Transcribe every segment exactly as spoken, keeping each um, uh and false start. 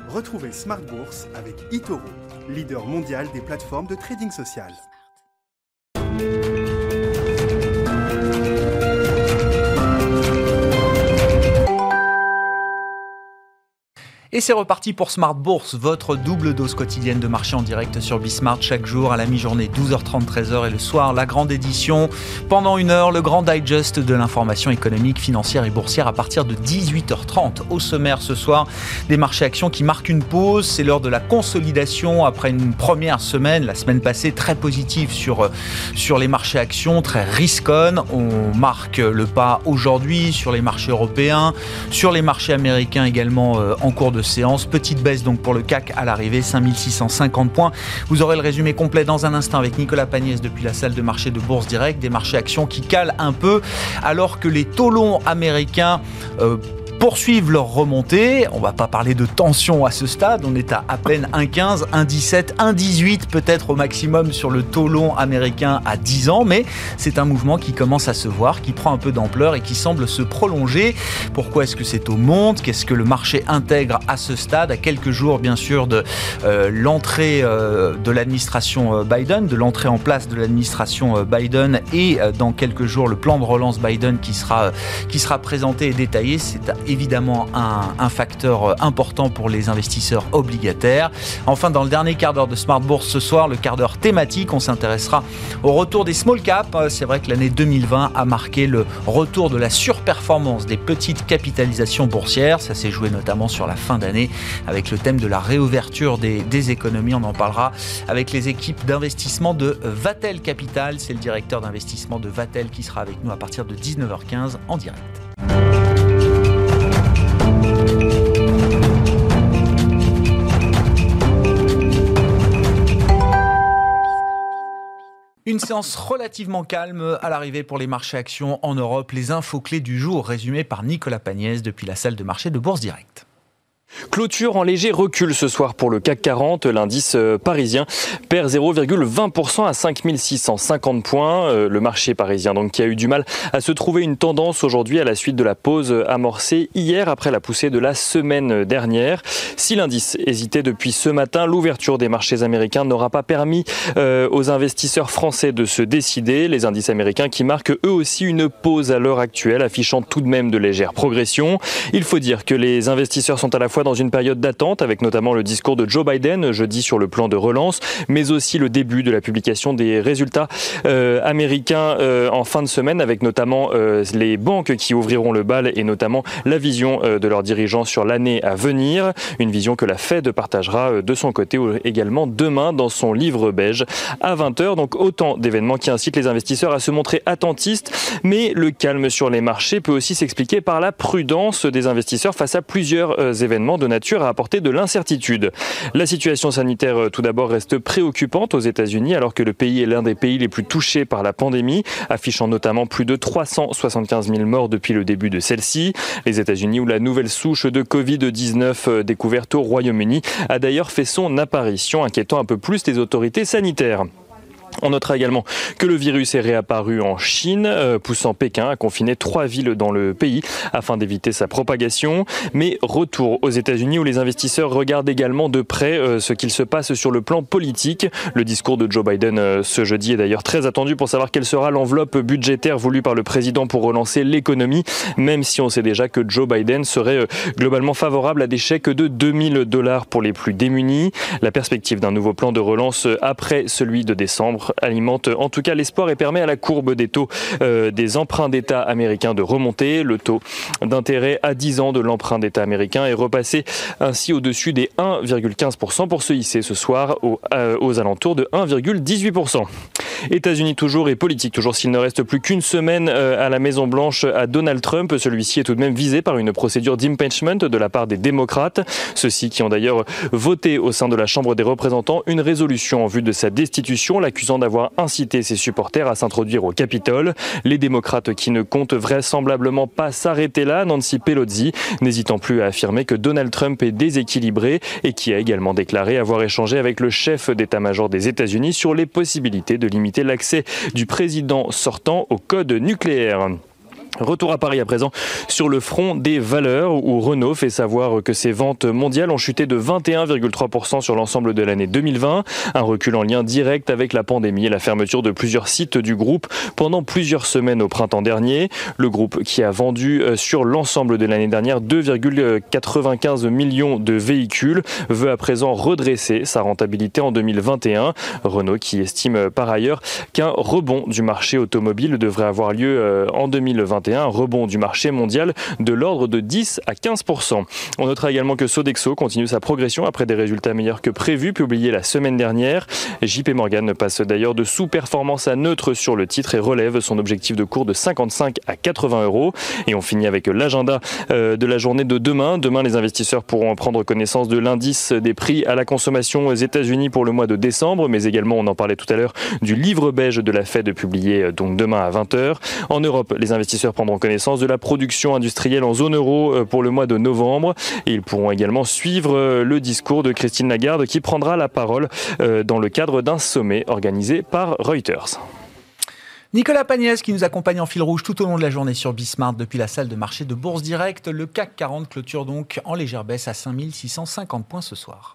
Retrouvez Smart Bourse avec eToro, leader mondial des plateformes de trading social. Et c'est reparti pour Smart Bourse, votre double dose quotidienne de marché en direct sur Bismart chaque jour à la mi-journée douze heures trente, treize heures et le soir la grande édition. Pendant une heure, le grand digest de l'information économique, financière et boursière à partir de dix-huit heures trente. Au sommaire ce soir, des marchés actions qui marquent une pause. C'est l'heure de la consolidation après une première semaine, la semaine passée, très positive sur, sur les marchés actions, très risk-on. On marque le pas aujourd'hui sur les marchés européens, sur les marchés américains également euh, en cours de séance. Petite baisse donc pour le C A C à l'arrivée, cinq mille six cent cinquante points. Vous aurez le résumé complet dans un instant avec Nicolas Pagnès depuis la salle de marché de Bourse Direct. Des marchés actions qui calent un peu alors que les taux longs américains euh, poursuivent leur remontée. On ne va pas parler de tension à ce stade. On est à à peine un virgule quinze, un virgule dix-sept, un virgule dix-huit peut-être au maximum sur le taux long américain à dix ans. Mais c'est un mouvement qui commence à se voir, qui prend un peu d'ampleur et qui semble se prolonger. Pourquoi est-ce que ces taux montent ? Qu'est-ce que le marché intègre à ce stade ? À quelques jours bien sûr de euh, l'entrée euh, de l'administration Biden, de l'entrée en place de l'administration Biden et euh, dans quelques jours le plan de relance Biden qui sera, euh, qui sera présenté et détaillé. C'est évidemment un, un facteur important pour les investisseurs obligataires. Enfin, dans le dernier quart d'heure de Smart Bourse ce soir, le quart d'heure thématique, on s'intéressera au retour des small caps. C'est vrai que l'année deux mille vingt a marqué le retour de la surperformance des petites capitalisations boursières. Ça s'est joué notamment sur la fin d'année avec le thème de la réouverture des, des économies. On en parlera avec les équipes d'investissement de Vatel Capital. C'est le directeur d'investissement de Vatel qui sera avec nous à partir de dix-neuf heures quinze en direct. Une séance relativement calme à l'arrivée pour les marchés actions en Europe. Les infos clés du jour résumées par Nicolas Pagnès depuis la salle de marché de Bourse Direct. Clôture en léger recul ce soir pour le C A C quarante. L'indice parisien perd zéro virgule vingt pour cent à cinq mille six cent cinquante points. Le marché parisien donc qui a eu du mal à se trouver une tendance aujourd'hui à la suite de la pause amorcée hier après la poussée de la semaine dernière. Si l'indice hésitait depuis ce matin, l'ouverture des marchés américains n'aura pas permis euh, aux investisseurs français de se décider. Les indices américains qui marquent eux aussi une pause à l'heure actuelle, affichant tout de même de légères progressions. Il faut dire que les investisseurs sont à la fois dans une période d'attente avec notamment le discours de Joe Biden jeudi sur le plan de relance, mais aussi le début de la publication des résultats euh, américains euh, en fin de semaine avec notamment euh, les banques qui ouvriront le bal et notamment la vision euh, de leurs dirigeants sur l'année à venir. Une vision que la Fed partagera euh, de son côté également demain dans son livre beige à vingt heures. Donc autant d'événements qui incitent les investisseurs à se montrer attentistes, mais le calme sur les marchés peut aussi s'expliquer par la prudence des investisseurs face à plusieurs euh, événements de nature à apporter de l'incertitude. La situation sanitaire, tout d'abord, reste préoccupante aux États-Unis, alors que le pays est l'un des pays les plus touchés par la pandémie, affichant notamment plus de trois cent soixante-quinze mille morts depuis le début de celle-ci. Les États-Unis, où la nouvelle souche de covid dix-neuf découverte au Royaume-Uni, a d'ailleurs fait son apparition, inquiétant un peu plus les autorités sanitaires. On notera également que le virus est réapparu en Chine, euh, poussant Pékin à confiner trois villes dans le pays afin d'éviter sa propagation. Mais retour aux États-Unis où les investisseurs regardent également de près euh, ce qu'il se passe sur le plan politique. Le discours de Joe Biden euh, ce jeudi est d'ailleurs très attendu pour savoir quelle sera l'enveloppe budgétaire voulue par le président pour relancer l'économie, même si on sait déjà que Joe Biden serait euh, globalement favorable à des chèques de deux mille dollars pour les plus démunis. La perspective d'un nouveau plan de relance après celui de décembre alimente en tout cas l'espoir et permet à la courbe des taux euh, des emprunts d'État américains de remonter. Le taux d'intérêt à dix ans de l'emprunt d'État américain est repassé ainsi au-dessus des un virgule quinze pour cent pour se hisser ce soir aux, euh, aux alentours de un virgule dix-huit pour cent. États-Unis toujours et politique toujours, s'il ne reste plus qu'une semaine euh, à la Maison-Blanche à Donald Trump. Celui-ci est tout de même visé par une procédure d'impeachment de la part des démocrates. Ceux-ci qui ont d'ailleurs voté au sein de la Chambre des représentants une résolution en vue de sa destitution, l'accusant d'avoir incité ses supporters à s'introduire au Capitole. Les démocrates qui ne comptent vraisemblablement pas s'arrêter là, Nancy Pelosi, n'hésitant plus à affirmer que Donald Trump est déséquilibré et qui a également déclaré avoir échangé avec le chef d'état-major des États-Unis sur les possibilités de limiter l'accès du président sortant au code nucléaire. Retour à Paris à présent sur le front des valeurs où Renault fait savoir que ses ventes mondiales ont chuté de vingt et un virgule trois pour cent sur l'ensemble de l'année deux mille vingt. Un recul en lien direct avec la pandémie et la fermeture de plusieurs sites du groupe pendant plusieurs semaines au printemps dernier. Le groupe qui a vendu sur l'ensemble de l'année dernière deux virgule quatre-vingt-quinze millions de véhicules veut à présent redresser sa rentabilité en deux mille vingt et un. Renault qui estime par ailleurs qu'un rebond du marché automobile devrait avoir lieu en deux mille vingt et un. Un rebond du marché mondial de l'ordre de dix à quinze pour cent. On notera également que Sodexo continue sa progression après des résultats meilleurs que prévus publiés la semaine dernière. J P Morgan passe d'ailleurs de sous-performance à neutre sur le titre et relève son objectif de cours de cinquante-cinq à quatre-vingts euros. Et on finit avec l'agenda de la journée de demain. Demain, les investisseurs pourront prendre connaissance de l'indice des prix à la consommation aux États-Unis pour le mois de décembre, mais également, on en parlait tout à l'heure, du livre beige de la Fed publié donc demain à vingt heures. En Europe, les investisseurs prendront connaissance de la production industrielle en zone euro pour le mois de novembre. Et ils pourront également suivre le discours de Christine Lagarde qui prendra la parole dans le cadre d'un sommet organisé par Reuters. Nicolas Pagnès qui nous accompagne en fil rouge tout au long de la journée sur Bismart depuis la salle de marché de Bourse Direct. Le C A C quarante clôture donc en légère baisse à cinq mille six cent cinquante points ce soir.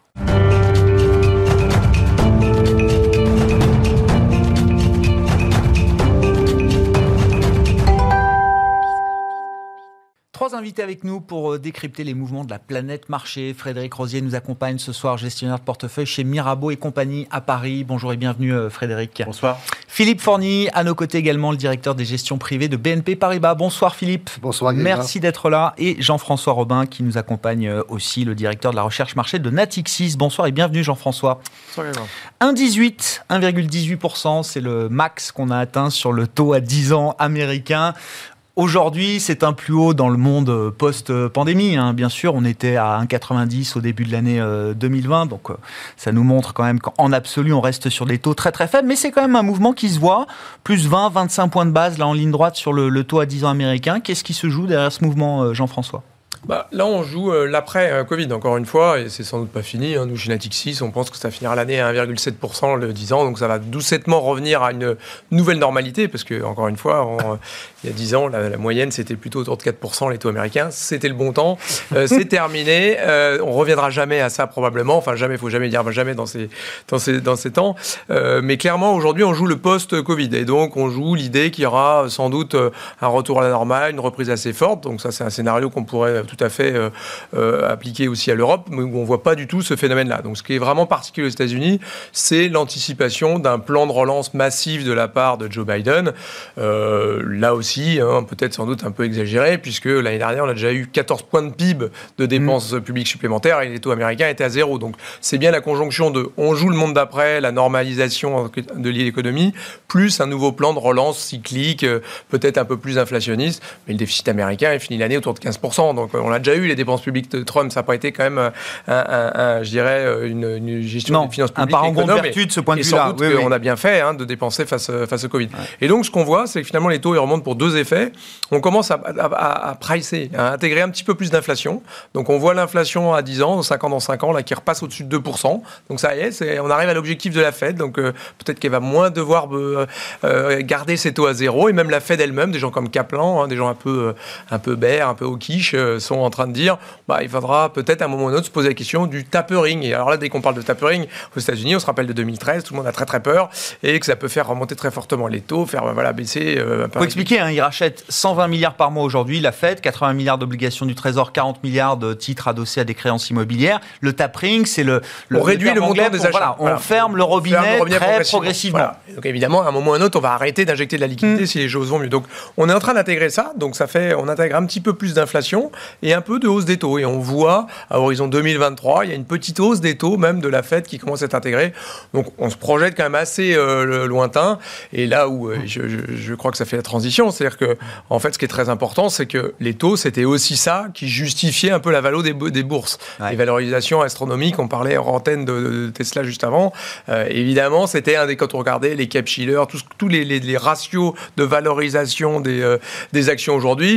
Trois invités avec nous pour décrypter les mouvements de la planète marché. Frédéric Rosier nous accompagne ce soir, gestionnaire de portefeuille chez Mirabeau et compagnie à Paris. Bonjour et bienvenue Frédéric. Bonsoir. Philippe Forny, à nos côtés également le directeur des gestions privées de B N P Paribas. Bonsoir Philippe. Bonsoir Guillaume. Merci d'être là. Et Jean-François Robin qui nous accompagne aussi, le directeur de la recherche marché de Natixis. Bonsoir et bienvenue Jean-François. Bonsoir Guillaume. un virgule dix-huit, un virgule dix-huit pour cent, c'est le max qu'on a atteint sur le taux à dix ans américain. Aujourd'hui, c'est un plus haut dans le monde post-pandémie. Hein. Bien sûr, on était à un virgule quatre-vingt-dix au début de l'année deux mille vingt. Donc, ça nous montre quand même qu'en absolu, on reste sur des taux très très faibles. Mais c'est quand même un mouvement qui se voit. Plus vingt à vingt-cinq points de base là en ligne droite sur le, le taux à dix ans américain. Qu'est-ce qui se joue derrière ce mouvement, Jean-François ? Bah, là, on joue euh, l'après-Covid, encore une fois, et c'est sans doute pas fini. Hein. Nous, chez Natixis, on pense que ça finira l'année à un virgule sept pour cent le dix ans, donc ça va doucettement revenir à une nouvelle normalité, parce que, encore une fois, on, euh, il y a dix ans, la, la moyenne, c'était plutôt autour de quatre pour cent les taux américains. C'était le bon temps. Euh, c'est terminé. Euh, on reviendra jamais à ça, probablement. Enfin, jamais, il faut jamais dire jamais dans ces, dans ces, dans ces temps. Euh, mais clairement, aujourd'hui, on joue le post-Covid, et donc on joue l'idée qu'il y aura sans doute un retour à la normale, une reprise assez forte. Donc ça, c'est un scénario qu'on pourrait tout à fait euh, euh, appliqué aussi à l'Europe, mais où on ne voit pas du tout ce phénomène-là. Donc ce qui est vraiment particulier aux États-Unis, c'est l'anticipation d'un plan de relance massif de la part de Joe Biden. Euh, là aussi, hein, peut-être sans doute un peu exagéré, puisque l'année dernière, on a déjà eu quatorze points de P I B de dépenses mmh. publiques supplémentaires et les taux américains étaient à zéro. Donc c'est bien la conjonction de on joue le monde d'après, la normalisation de l'économie, plus un nouveau plan de relance cyclique, peut-être un peu plus inflationniste. Mais le déficit américain est fini l'année autour de quinze pour cent. Donc on l'a déjà eu, les dépenses publiques de Trump, ça n'a pas été quand même, un, un, un, je dirais, une, une gestion non, des finances publiques. Un parangon de vertu de ce point de vue-là. Et sans doute oui, qu'on oui. a bien fait hein, de dépenser face, face au Covid. Ouais. Et donc, ce qu'on voit, c'est que finalement, les taux ils remontent pour deux effets. On commence à, à, à, à pricer, à intégrer un petit peu plus d'inflation. Donc, on voit l'inflation à dix ans, cinq ans dans cinq ans, là, qui repasse au-dessus de deux pour cent. Donc, ça y est, c'est, on arrive à l'objectif de la Fed. Donc, euh, peut-être qu'elle va moins devoir euh, euh, garder ses taux à zéro. Et même la Fed elle-même, des gens comme Kaplan, hein, des gens un peu, euh, un peu bear, un peu hawkish, euh, sont en train de dire bah, il faudra peut-être à un moment ou à un autre se poser la question du tapering. Et alors là, dès qu'on parle de tapering aux États-Unis, on se rappelle de deux mille treize, tout le monde a très très peur et que ça peut faire remonter très fortement les taux, faire voilà, baisser. Euh, Il faut expliquer, hein, ils rachètent cent vingt milliards par mois aujourd'hui, la Fed, quatre-vingts milliards d'obligations du Trésor, quarante milliards de titres adossés à des créances immobilières. Le tapering, c'est le. le on réduit le montant des achats. Voilà, voilà. On ferme le robinet, ferme le robinet très progressivement. progressivement. Voilà. Donc évidemment, à un moment ou à un autre, on va arrêter d'injecter de la liquidité mmh. si les choses vont mieux. Donc on est en train d'intégrer ça. Donc ça fait, on intègre un petit peu plus d'inflation et un peu de hausse des taux. Et on voit à horizon deux mille vingt-trois, il y a une petite hausse des taux même de la Fed qui commence à être intégrée. Donc on se projette quand même assez euh, lointain. Et là où euh, je, je, je crois que ça fait la transition, c'est-à-dire que en fait, ce qui est très important, c'est que les taux, c'était aussi ça qui justifiait un peu la valo des, des bourses. Ouais. Les valorisations astronomiques, on parlait en antenne de, de Tesla juste avant. Euh, évidemment, c'était un des quand on regardait les cap shillers, tous, tous les, les, les ratios de valorisation des, euh, des actions aujourd'hui.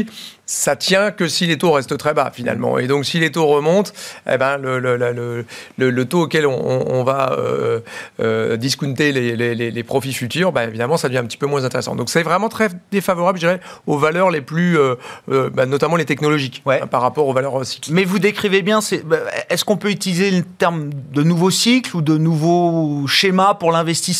ça tient que si les taux restent très bas finalement. Et donc si les taux remontent, eh ben, le, le, le, le, le taux auquel on, on va euh, euh, discounter les, les, les profits futurs, ben, évidemment ça devient un petit peu moins intéressant. Donc c'est vraiment très défavorable, je dirais, aux valeurs les plus, euh, euh, ben, notamment les technologiques, ouais. hein, par rapport aux valeurs cycliques. Mais vous décrivez bien, c'est, est-ce qu'on peut utiliser le terme de nouveau cycle ou de nouveau schéma pour l'investisseur ?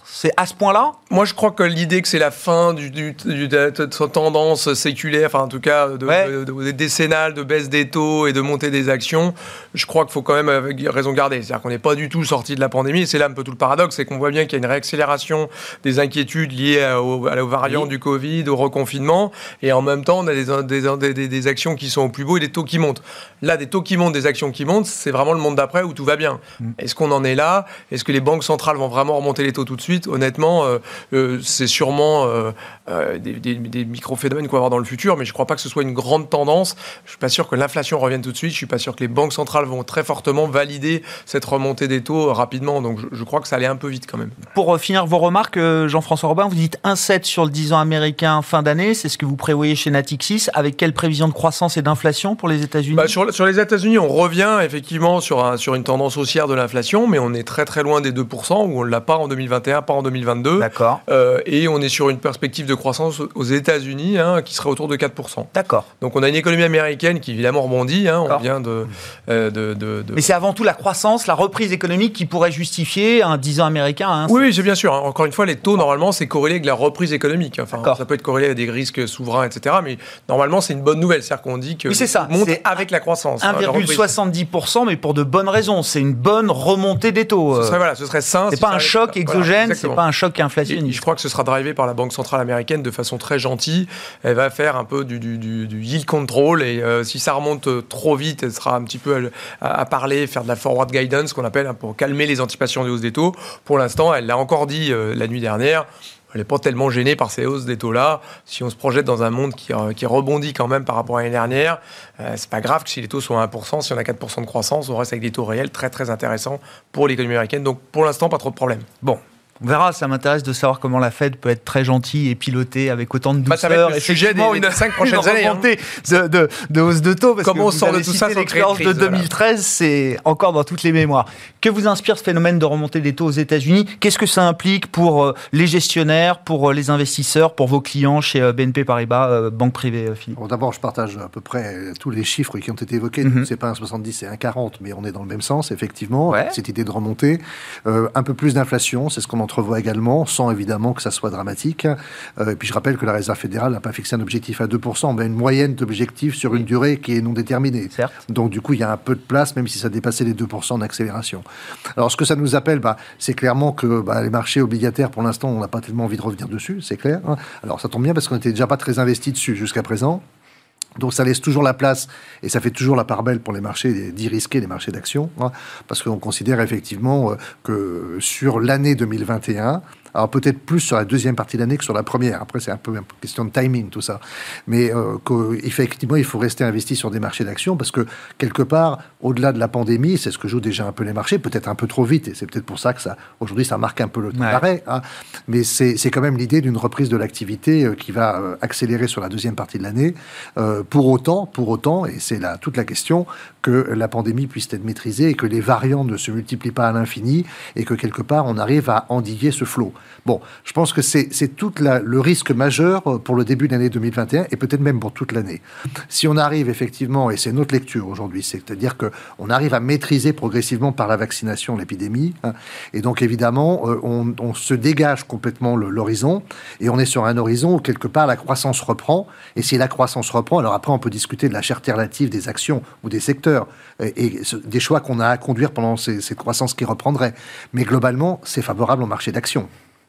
C'est à ce point-là ? Moi, je crois que l'idée que c'est la fin du, du, du, de cette tendance séculaire, enfin en tout cas de, ouais. de, de, de décennale, de baisse des taux et de montée des actions, je crois qu'il faut quand même avec raison garder. C'est-à-dire qu'on n'est pas du tout sorti de la pandémie. Et c'est là un peu tout le paradoxe, c'est qu'on voit bien qu'il y a une réaccélération des inquiétudes liées aux, aux variants oui. du Covid, au reconfinement, et en même temps, on a des, des, des, des actions qui sont au plus beau et des taux qui montent. Là, des taux qui montent, des actions qui montent, c'est vraiment le monde d'après où tout va bien. Mm. Est-ce qu'on en est là ? Est-ce que les banques centrales vont vraiment remonter les taux tout de suite ? Honnêtement, euh, euh, c'est sûrement euh, euh, des, des, des micro-phénomènes qu'on va avoir dans le futur, mais je ne crois pas que ce soit une grande tendance. Je ne suis pas sûr que l'inflation revienne tout de suite. Je ne suis pas sûr que les banques centrales vont très fortement valider cette remontée des taux rapidement. Donc, je, je crois que ça allait un peu vite quand même. Pour finir vos remarques, Jean-François Robin, vous dites un virgule sept sur le dix ans américain fin d'année. C'est ce que vous prévoyez chez Natixis. Avec quelle prévision de croissance et d'inflation pour les États-Unis ? bah, sur, sur les États-Unis, on revient effectivement sur, un, sur une tendance haussière de l'inflation, mais on est très très loin des deux pour cent, où on ne l'a pas en deux mille vingt et un, pas en deux mille vingt-deux. D'accord. Euh, et on est sur une perspective de croissance aux États-Unis hein, qui serait autour de quatre pour cent. D'accord. Donc on a une économie américaine qui évidemment rebondit. Hein, on vient de, euh, de, de, de... Mais c'est avant tout la croissance, la reprise économique qui pourrait justifier un dix ans américain. Hein, oui, oui, c'est bien sûr. Hein. Encore une fois, les taux, normalement, c'est corrélé avec la reprise économique. Enfin, D'accord. ça peut être corrélé à des risques souverains, et cetera. Mais normalement, c'est une bonne nouvelle. C'est-à-dire qu'on dit que oui, c'est ça. monte c'est avec la croissance. un virgule soixante-dix pour cent, mais pour de bonnes raisons. C'est une bonne remontée des taux. Ce serait, voilà, ce serait sain. C'est si pas un choc voilà, exogène, c'est pas un choc inflationniste. Et je crois que ce sera drivé par la Banque centrale américaine de façon très gentille. Elle va faire un peu du, du, du, du yield control et euh, si ça remonte trop vite, elle sera un petit peu à, à parler, faire de la forward guidance, qu'on appelle, hein, pour calmer les anticipations des hausses des taux. Pour l'instant, elle l'a encore dit euh, la nuit dernière. Elle n'est pas tellement gênée par ces hausses des taux-là. Si on se projette dans un monde qui, qui rebondit quand même par rapport à l'année dernière, euh, c'est pas grave que si les taux sont à un pour cent, si on a quatre pour cent de croissance, on reste avec des taux réels très très intéressants pour l'économie américaine. Donc pour l'instant, pas trop de problème. Bon. On verra, ça m'intéresse de savoir comment la Fed peut être très gentille et pilotée avec autant de douceur. Bah, ça va être le sujet des, des cinq prochaines années. Hein. De, de, de hausse de taux. Parce comment que on sort de tout ça sans créer de crise, de deux mille treize, voilà. C'est encore dans toutes les mémoires. Que vous inspire ce phénomène de remontée des taux aux États-Unis ? Qu'est-ce que ça implique pour euh, les gestionnaires, pour euh, les investisseurs, pour vos clients chez euh, B N P Paribas, euh, banque privée, euh, Philippe ? Bon, d'abord, je partage à peu près tous les chiffres qui ont été évoqués. Mm-hmm. C'est pas un soixante-dix, c'est un quarante, mais on est dans le même sens, effectivement. Ouais. Cette idée de remontée. Euh, un peu plus d'inflation, c'est ce qu'on entrevoit également, sans évidemment que ça soit dramatique. Euh, et puis je rappelle que la Réserve fédérale n'a pas fixé un objectif à deux pour cent, mais une moyenne d'objectifs sur une durée qui est non déterminée. Certes. Donc du coup, il y a un peu de place, même si ça dépassait les deux pour cent d'accélération. Alors ce que ça nous appelle, bah, c'est clairement que bah, les marchés obligataires, pour l'instant, on n'a pas tellement envie de revenir dessus, c'est clair. Hein. Alors ça tombe bien parce qu'on n'était déjà pas très investi dessus jusqu'à présent. Donc ça laisse toujours la place et ça fait toujours la part belle pour les marchés dits risqués, les marchés d'actions, hein, parce qu'on considère effectivement euh, que sur l'année deux mille vingt et un, alors peut-être plus sur la deuxième partie de l'année que sur la première. Après, c'est un peu une question de timing, tout ça. Mais euh, effectivement, il faut rester investi sur des marchés d'actions parce que, quelque part, au-delà de la pandémie, c'est ce que jouent déjà un peu les marchés, peut-être un peu trop vite. Et c'est peut-être pour ça que ça, aujourd'hui, ça marque un peu le temps d'arrêt. Hein. Mais c'est, c'est quand même l'idée d'une reprise de l'activité euh, qui va euh, accélérer sur la deuxième partie de l'année. Euh, pour autant, pour autant, et c'est là toute la question, que la pandémie puisse être maîtrisée et que les variants ne se multiplient pas à l'infini et que, quelque part, on arrive à endiguer ce flot. Bon, je pense que c'est, c'est tout la, le risque majeur pour le début de l'année deux mille vingt et un et peut-être même pour toute l'année. Si on arrive effectivement, et c'est notre lecture aujourd'hui, c'est-à-dire qu'on arrive à maîtriser progressivement par la vaccination l'épidémie, hein, et donc évidemment, on, on se dégage complètement le, l'horizon, et on est sur un horizon où quelque part la croissance reprend, et si la croissance reprend, alors après on peut discuter de la cherté relative des actions ou des secteurs, et, et des choix qu'on a à conduire pendant ces, cette croissance qui reprendrait. Mais globalement, c'est favorable au marché d'actions.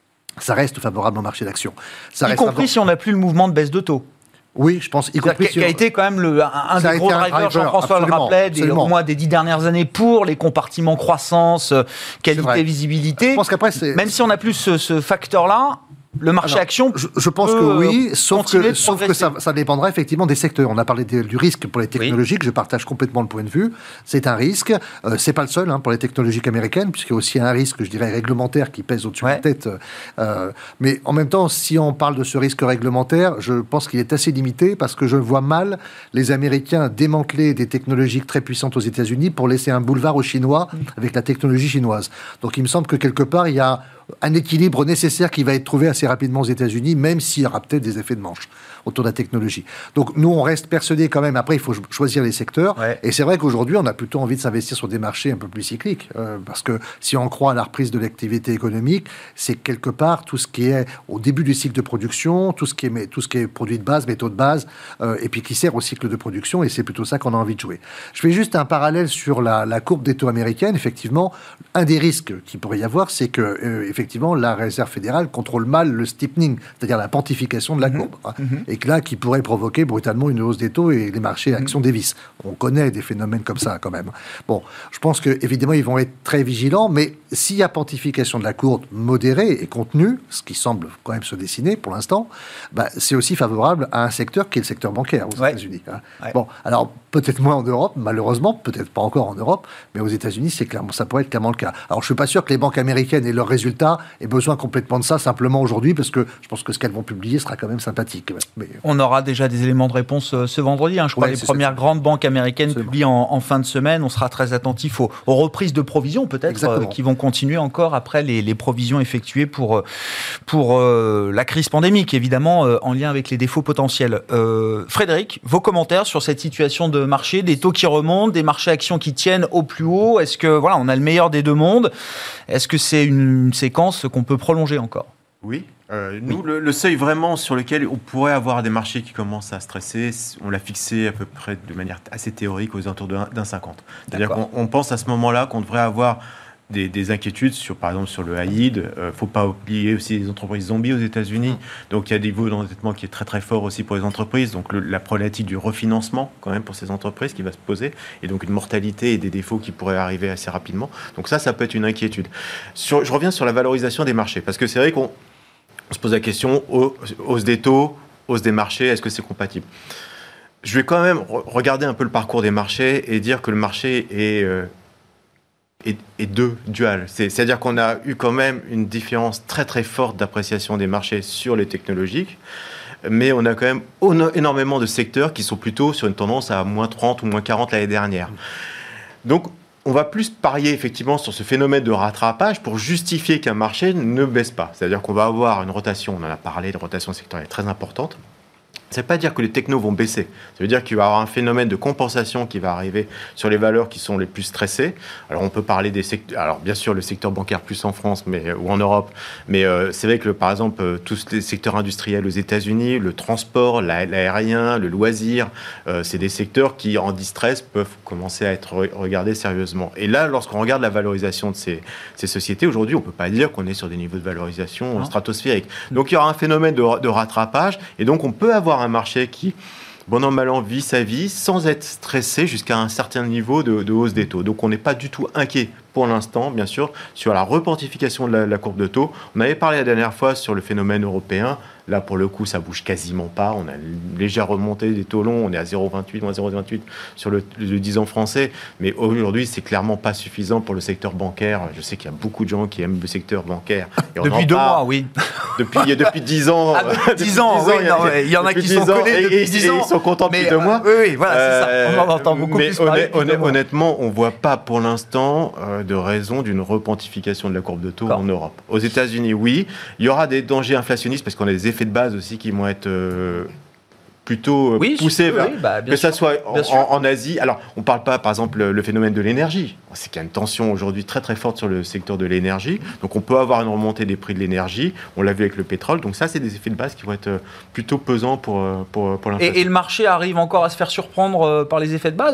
Ça reste favorable au marché d'actions. Ça y reste compris favorable... si on n'a plus le mouvement de baisse de taux. Oui, je pense. Y compris qui a, sur... a été quand même le, un, un des gros drivers, driver, Jean-François le rappelait, des, au moins des dix dernières années pour les compartiments croissance, qualité, visibilité. Je pense qu'après, c'est... Même si on n'a plus ce, ce facteur-là, Le marché Alors, action je, je pense que oui, sauf que, sauf que ça, ça dépendra effectivement des secteurs. On a parlé de, du risque pour les technologiques, oui. Je partage complètement le point de vue. C'est un risque. Euh, c'est pas le seul hein, pour les technologiques américaines, puisqu'il y a aussi un risque, je dirais, réglementaire qui pèse au-dessus ouais. de la tête. Euh, mais en même temps, si on parle de ce risque réglementaire, je pense qu'il est assez limité parce que je vois mal les Américains démanteler des technologies très puissantes aux États-Unis pour laisser un boulevard aux Chinois avec la technologie chinoise. Donc il me semble que quelque part, il y a un équilibre nécessaire qui va être trouvé assez rapidement aux États-Unis, même s'il y aura peut-être des effets de manche autour de la technologie. Donc nous, on reste persuadés quand même. Après, il faut choisir les secteurs. Ouais. Et c'est vrai qu'aujourd'hui, on a plutôt envie de s'investir sur des marchés un peu plus cycliques. Euh, parce que si on croit à la reprise de l'activité économique, c'est quelque part tout ce qui est au début du cycle de production, tout ce qui est, tout ce qui est produit de base, métaux de base, euh, et puis qui sert au cycle de production. Et c'est plutôt ça qu'on a envie de jouer. Je fais juste un parallèle sur la, la courbe des taux américaine. Effectivement, un des risques qu'il pourrait y avoir, c'est que euh, effectivement, la Réserve fédérale contrôle mal le steepening, c'est-à-dire la pontification de la courbe. Mmh. Hein, mmh. Et que là, qui pourrait provoquer brutalement une hausse des taux et les marchés actions mmh. dévissent. On connaît des phénomènes comme ça, quand même. Bon, je pense qu'évidemment, ils vont être très vigilants, mais s'il y a pontification de la courbe modérée et contenue, ce qui semble quand même se dessiner pour l'instant, bah, c'est aussi favorable à un secteur qui est le secteur bancaire aux ouais. États-Unis. Hein. Ouais. Bon, alors, peut-être moins en Europe, malheureusement, peut-être pas encore en Europe, mais aux États-Unis, c'est clairement, ça pourrait être clairement le cas. Alors, je suis pas sûr que les banques américaines et leurs résultats aient besoin complètement de ça simplement aujourd'hui, parce que je pense que ce qu'elles vont publier sera quand même sympathique. Mais... On aura déjà des éléments de réponse euh, ce vendredi. Hein. Je crois que ouais, les premières grandes banques américaines publient en, en fin de semaine. On sera très attentif aux, aux reprises de provisions, peut-être, euh, qui vont continuer encore après les, les provisions effectuées pour, pour euh, la crise pandémique, évidemment, euh, en lien avec les défauts potentiels. Euh, Frédéric, vos commentaires sur cette situation de marché, des taux qui remontent, des marchés actions qui tiennent au plus haut. Est-ce que, voilà, on a le meilleur des deux mondes? Est-ce que c'est une séquence qu'on peut prolonger encore? Oui. Euh, nous, oui. le, le seuil vraiment sur lequel on pourrait avoir des marchés qui commencent à stresser, on l'a fixé à peu près de manière assez théorique aux alentours de un virgule cinquante. C'est-à-dire qu'on on pense à ce moment-là qu'on devrait avoir des, des inquiétudes sur, par exemple, sur le high yield. Il ne faut pas oublier aussi les entreprises zombies aux États-Unis. Mmh. Donc il y a des niveaux d'endettement qui est très très fort aussi pour les entreprises. Donc le, la problématique du refinancement quand même pour ces entreprises qui va se poser, et donc une mortalité et des défauts qui pourraient arriver assez rapidement. Donc ça, ça peut être une inquiétude. Sur, je reviens sur la valorisation des marchés parce que c'est vrai qu'on On se pose la question, hausse des taux, hausse des marchés, est-ce que c'est compatible? Je vais quand même re- regarder un peu le parcours des marchés et dire que le marché est, euh, est, est deux, dual. C'est, c'est-à-dire qu'on a eu quand même une différence très très forte d'appréciation des marchés sur les technologiques, mais on a quand même on- énormément de secteurs qui sont plutôt sur une tendance à moins trente ou moins quarante l'année dernière. Donc, on va plus parier effectivement sur ce phénomène de rattrapage pour justifier qu'un marché ne baisse pas. C'est-à-dire qu'on va avoir une rotation, on en a parlé, de rotation sectorielle très importante. Ça ne veut pas dire que les technos vont baisser. Ça veut dire qu'il va y avoir un phénomène de compensation qui va arriver sur les valeurs qui sont les plus stressées. Alors, on peut parler des secteurs... Alors, bien sûr, le secteur bancaire plus en France mais, ou en Europe. Mais euh, c'est vrai que, par exemple, euh, tous les secteurs industriels aux États-Unis, le transport, la, l'aérien, le loisir, euh, c'est des secteurs qui, en distress, peuvent commencer à être re- regardés sérieusement. Et là, lorsqu'on regarde la valorisation de ces, ces sociétés, aujourd'hui, on ne peut pas dire qu'on est sur des niveaux de valorisation non. stratosphériques. Donc, il y aura un phénomène de, de rattrapage. Et donc, on peut avoir un marché qui, bon an, mal an, vit sa vie sans être stressé jusqu'à un certain niveau de, de hausse des taux. Donc, on n'est pas du tout inquiet pour l'instant, bien sûr, sur la repontification de la, la courbe de taux. On avait parlé la dernière fois sur le phénomène européen. Là, pour le coup, ça bouge quasiment pas. On a une légère remontée des taux longs. On est à zéro virgule vingt-huit, moins zéro virgule vingt-huit sur le, le dix ans français. Mais aujourd'hui, c'est clairement pas suffisant pour le secteur bancaire. Je sais qu'il y a beaucoup de gens qui aiment le secteur bancaire. Et depuis deux mois, oui. Depuis, depuis dix ans. Ah, depuis dix ans, oui. Il y en a qui sont collés depuis dix ans. Ils sont contents depuis deux mois. Oui, oui, voilà, c'est ça. On en entend beaucoup plus parler. Mais honnêtement, on voit pas pour l'instant de raison d'une repontification de la courbe de taux en Europe. Aux États-Unis, oui. Il y aura des dangers inflationnistes parce qu'on a des effets de base aussi qui vont être euh, plutôt oui, poussés, oui, bah, que ça soit en, en, en Asie. Alors, on ne parle pas, par exemple, le, le phénomène de l'énergie. C'est qu'il y a une tension aujourd'hui très très forte sur le secteur de l'énergie. Donc, on peut avoir une remontée des prix de l'énergie. On l'a vu avec le pétrole. Donc, ça, c'est des effets de base qui vont être plutôt pesants pour, pour, pour l'inflation. Et, et le marché arrive encore à se faire surprendre par les effets de base ?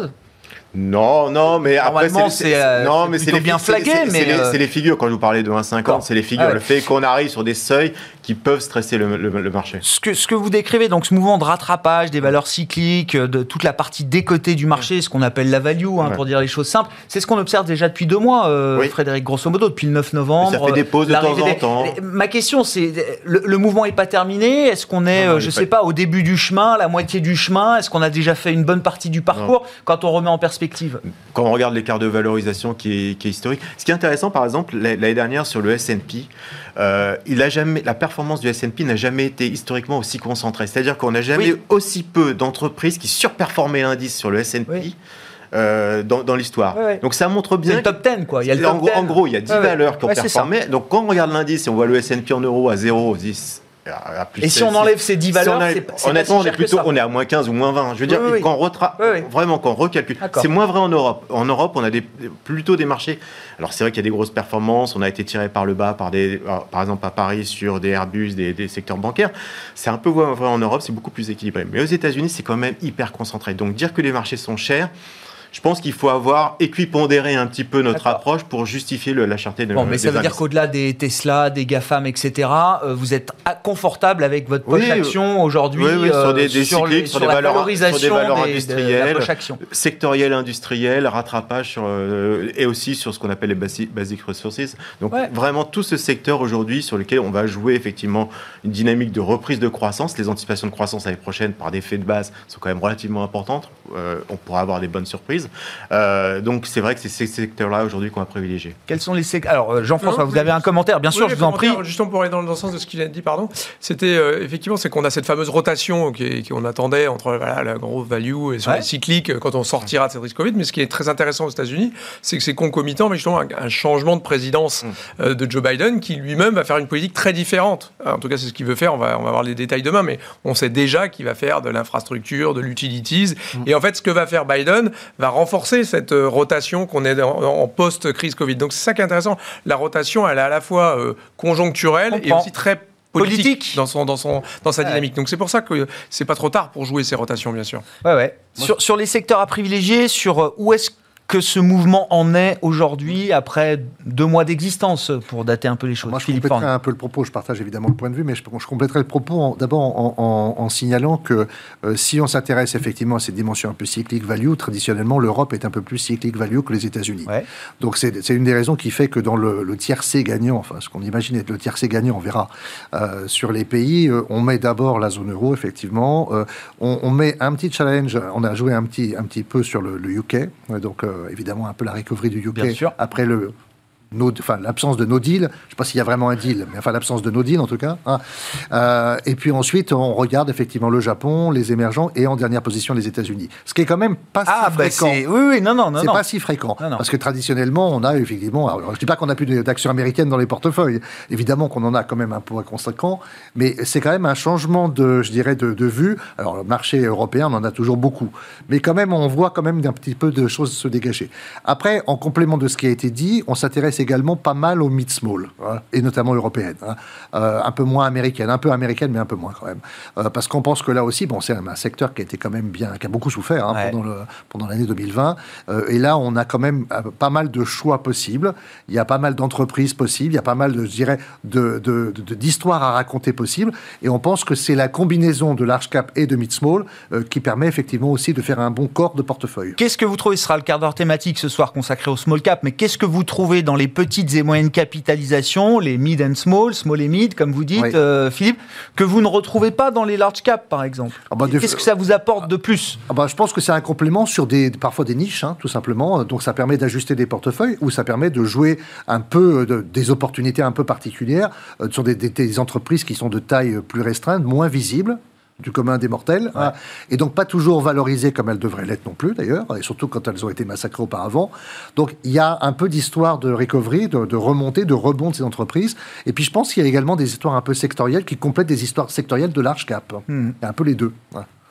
Non, non, mais après, Normalement, c'est, c'est, c'est, euh, non, c'est mais c'est plutôt les, bien c'est- flagué, c'est- mais, c'est les, euh, c'est les figures, quand je vous parlais de un virgule cinquante, c'est les figures. Ah ouais. Le fait qu'on arrive sur des seuils qui peuvent stresser le, le- le marché. Ce que, ce que vous décrivez, donc ce mouvement de rattrapage des valeurs cycliques, de toute la partie décotée du marché, ce qu'on appelle la value, hein, Ouais. pour dire les choses simples, c'est ce qu'on observe déjà depuis deux mois, euh, Oui. Frédéric, grosso modo, depuis le neuf novembre. Mais ça fait des pauses de l'arrivée temps en des- temps. Ma question, c'est, le, le mouvement n'est pas terminé? Est-ce qu'on est, Non, non, euh, il je est sais pas- pas, au début du chemin, à la moitié du chemin? Est-ce qu'on a déjà fait une bonne partie du parcours quand on remet en perspective? Quand on regarde l'écart de valorisation qui est, qui est historique. Ce qui est intéressant, par exemple, l'année dernière sur le S and P, euh, il a jamais, la performance du S and P n'a jamais été historiquement aussi concentrée. C'est-à-dire qu'on n'a jamais Oui. eu aussi peu d'entreprises qui surperformaient l'indice sur le S and P Oui. euh, dans, dans l'histoire. Oui, oui. Donc ça montre C'est bien... le top dix, quoi. Il y a le en, top gros, dix. en gros, il y a dix Ouais, ouais. valeurs qui ont Ouais, c'est ça. performé. Donc quand on regarde l'indice et on voit le S and P en euros à zéro, dix... à plus Et si seize, on enlève ces dix si valeurs, on enlève- c'est pas- c'est pas honnêtement, si on est cher que plutôt, ça. on est à moins quinze ou moins vingt. Je veux dire, Oui, oui. quand on retra- Oui, oui. vraiment, quand on recalcule, D'accord. c'est moins vrai en Europe. En Europe, on a des, plutôt des marchés. Alors c'est vrai qu'il y a des grosses performances. On a été tiré par le bas, par des, par exemple à Paris sur des Airbus, des, des secteurs bancaires. C'est un peu vrai en Europe, c'est beaucoup plus équilibré. Mais aux États-Unis, c'est quand même hyper concentré. Donc dire que les marchés sont chers. Je pense qu'il faut avoir équipondéré un petit peu notre D'accord. approche pour justifier le, la cherté de Bon, mais des ça veut dire indices. qu'au-delà des Tesla, des GAFAM, et cetera, euh, vous êtes à- confortable avec votre poche Oui, action aujourd'hui oui, oui, sur euh, des- des sur, cycliques, les- sur sur des la valeurs- valorisation sur des valeurs des- de la industrielles. poche action. Sectoriel, industriel, rattrapage sur, euh, et aussi sur ce qu'on appelle les basic, basic resources. Donc Ouais. vraiment tout ce secteur aujourd'hui sur lequel on va jouer effectivement une dynamique de reprise de croissance. Les anticipations de croissance l'année prochaine par des faits de base sont quand même relativement importantes. Euh, on pourra avoir des bonnes surprises. Euh, donc c'est vrai que c'est ces secteurs-là aujourd'hui qu'on va privilégier. Quels sont les secteurs? Alors, euh, Jean-François, Non, vous oui, avez un commentaire, bien sûr, Oui, je vous en prie. commentaire, Justement pour aller dans, dans le sens de ce qu'il a dit, pardon, c'était euh, effectivement c'est qu'on a cette fameuse rotation qui est- qu'on attendait entre voilà, la grosse value et sur Ouais. les cycliques euh, quand on sortira de cette risque Covid. Mais ce qui est très intéressant aux États-Unis, c'est que c'est concomitant, mais justement un, un changement de présidence Mm. euh, de Joe Biden qui lui-même va faire une politique très différente. En tout cas, c'est ce qu'il veut faire. On va, on va voir les détails demain, mais on sait déjà qu'il va faire de l'infrastructure, de l'utilities. Mm. Et en fait, ce que va faire Biden va renforcer cette euh, rotation qu'on est en, en post-crise Covid. Donc c'est ça qui est intéressant. La rotation, elle est à la fois euh, conjoncturelle et Comprends. aussi très politique, Politique. dans, son, dans, son, dans sa Ouais. dynamique. Donc c'est pour ça que c'est pas trop tard pour jouer ces rotations, bien sûr. Ouais, ouais. Sur, sur les secteurs à privilégier, sur euh, où est-ce que ce mouvement en est aujourd'hui, après deux mois d'existence, pour dater un peu les choses? Moi, je Philippe compléterai Forn. un peu le propos. Je partage évidemment le point de vue, mais je, je compléterai le propos en- d'abord en, en- en signalant que euh, si on s'intéresse effectivement à ces dimensions un peu cycliques value, traditionnellement, l'Europe est un peu plus cyclique value que les États-Unis. Ouais. Donc, c'est c'est une des raisons qui fait que dans le, le tiercé gagnant, enfin, ce qu'on imagine être le tiercé gagnant, on verra, euh, sur les pays, euh, on met d'abord la zone euro, effectivement. Euh, on, on met un petit challenge. On a joué un petit, un petit peu sur le, le U K. Euh, donc, euh, évidemment, un peu la recovery du U K Bien sûr. après le no, enfin, l'absence de no deal. Je ne sais pas s'il y a vraiment un deal, mais enfin l'absence de no deal en tout cas. Hein. Euh, et puis ensuite, on regarde effectivement le Japon, les émergents et en dernière position les États-Unis. Ce qui est quand même pas Ah, si bah fréquent. c'est... Oui, oui, non, non, non. C'est non. pas si fréquent. Non, non. Parce que traditionnellement, on a effectivement. Alors, je dis pas qu'on n'a plus d'actions américaines dans les portefeuilles. Évidemment qu'on en a quand même un poids conséquent. Mais c'est quand même un changement de, je dirais, de, de vue. Alors, le marché européen, on en a toujours beaucoup. Mais quand même, on voit quand même un petit peu de choses se dégager. Après, en complément de ce qui a été dit, on s'intéresse également pas mal aux mid-small, hein, et notamment européennes. Hein. Euh, un peu moins américaines. Un peu américaines, mais un peu moins quand même. Euh, parce qu'on pense que là aussi, bon, c'est un, un secteur qui a été quand même bien, qui a beaucoup souffert hein, Ouais. pendant le, pendant l'année deux mille vingt. Euh, et là, on a quand même euh, pas mal de choix possibles. Il y a pas mal d'entreprises possibles. Il y a pas mal, de, je dirais, de, de, de, d'histoires à raconter possibles. Et on pense que c'est la combinaison de large cap et de mid small euh, qui permet effectivement aussi de faire un bon corps de portefeuille. Qu'est-ce que vous trouvez, ce sera le quart d'heure thématique ce soir consacré au small cap, mais qu'est-ce que vous trouvez dans les petites et moyennes capitalisations, les mid and small, small et mid, comme vous dites, Oui. euh, Philippe, que vous ne retrouvez pas dans les large cap, par exemple? Ah bah, de- Qu'est-ce que ça vous apporte de plus? Ah bah, je pense que c'est un complément sur des, parfois des niches, hein, tout simplement. Donc ça permet d'ajuster des portefeuilles ou ça permet de jouer un peu de, des opportunités un peu particulières euh, sur des, des, des entreprises qui sont de taille plus restreinte, moins visibles du commun des mortels, Ouais. hein, et donc pas toujours valorisées comme elles devraient l'être non plus d'ailleurs, et surtout quand elles ont été massacrées auparavant. Donc il y a un peu d'histoire de recovery, de, de remontée, de rebond de ces entreprises, et puis je pense qu'il y a également des histoires un peu sectorielles qui complètent des histoires sectorielles de large cap. Hmm. Il y a un peu les deux. Ouais.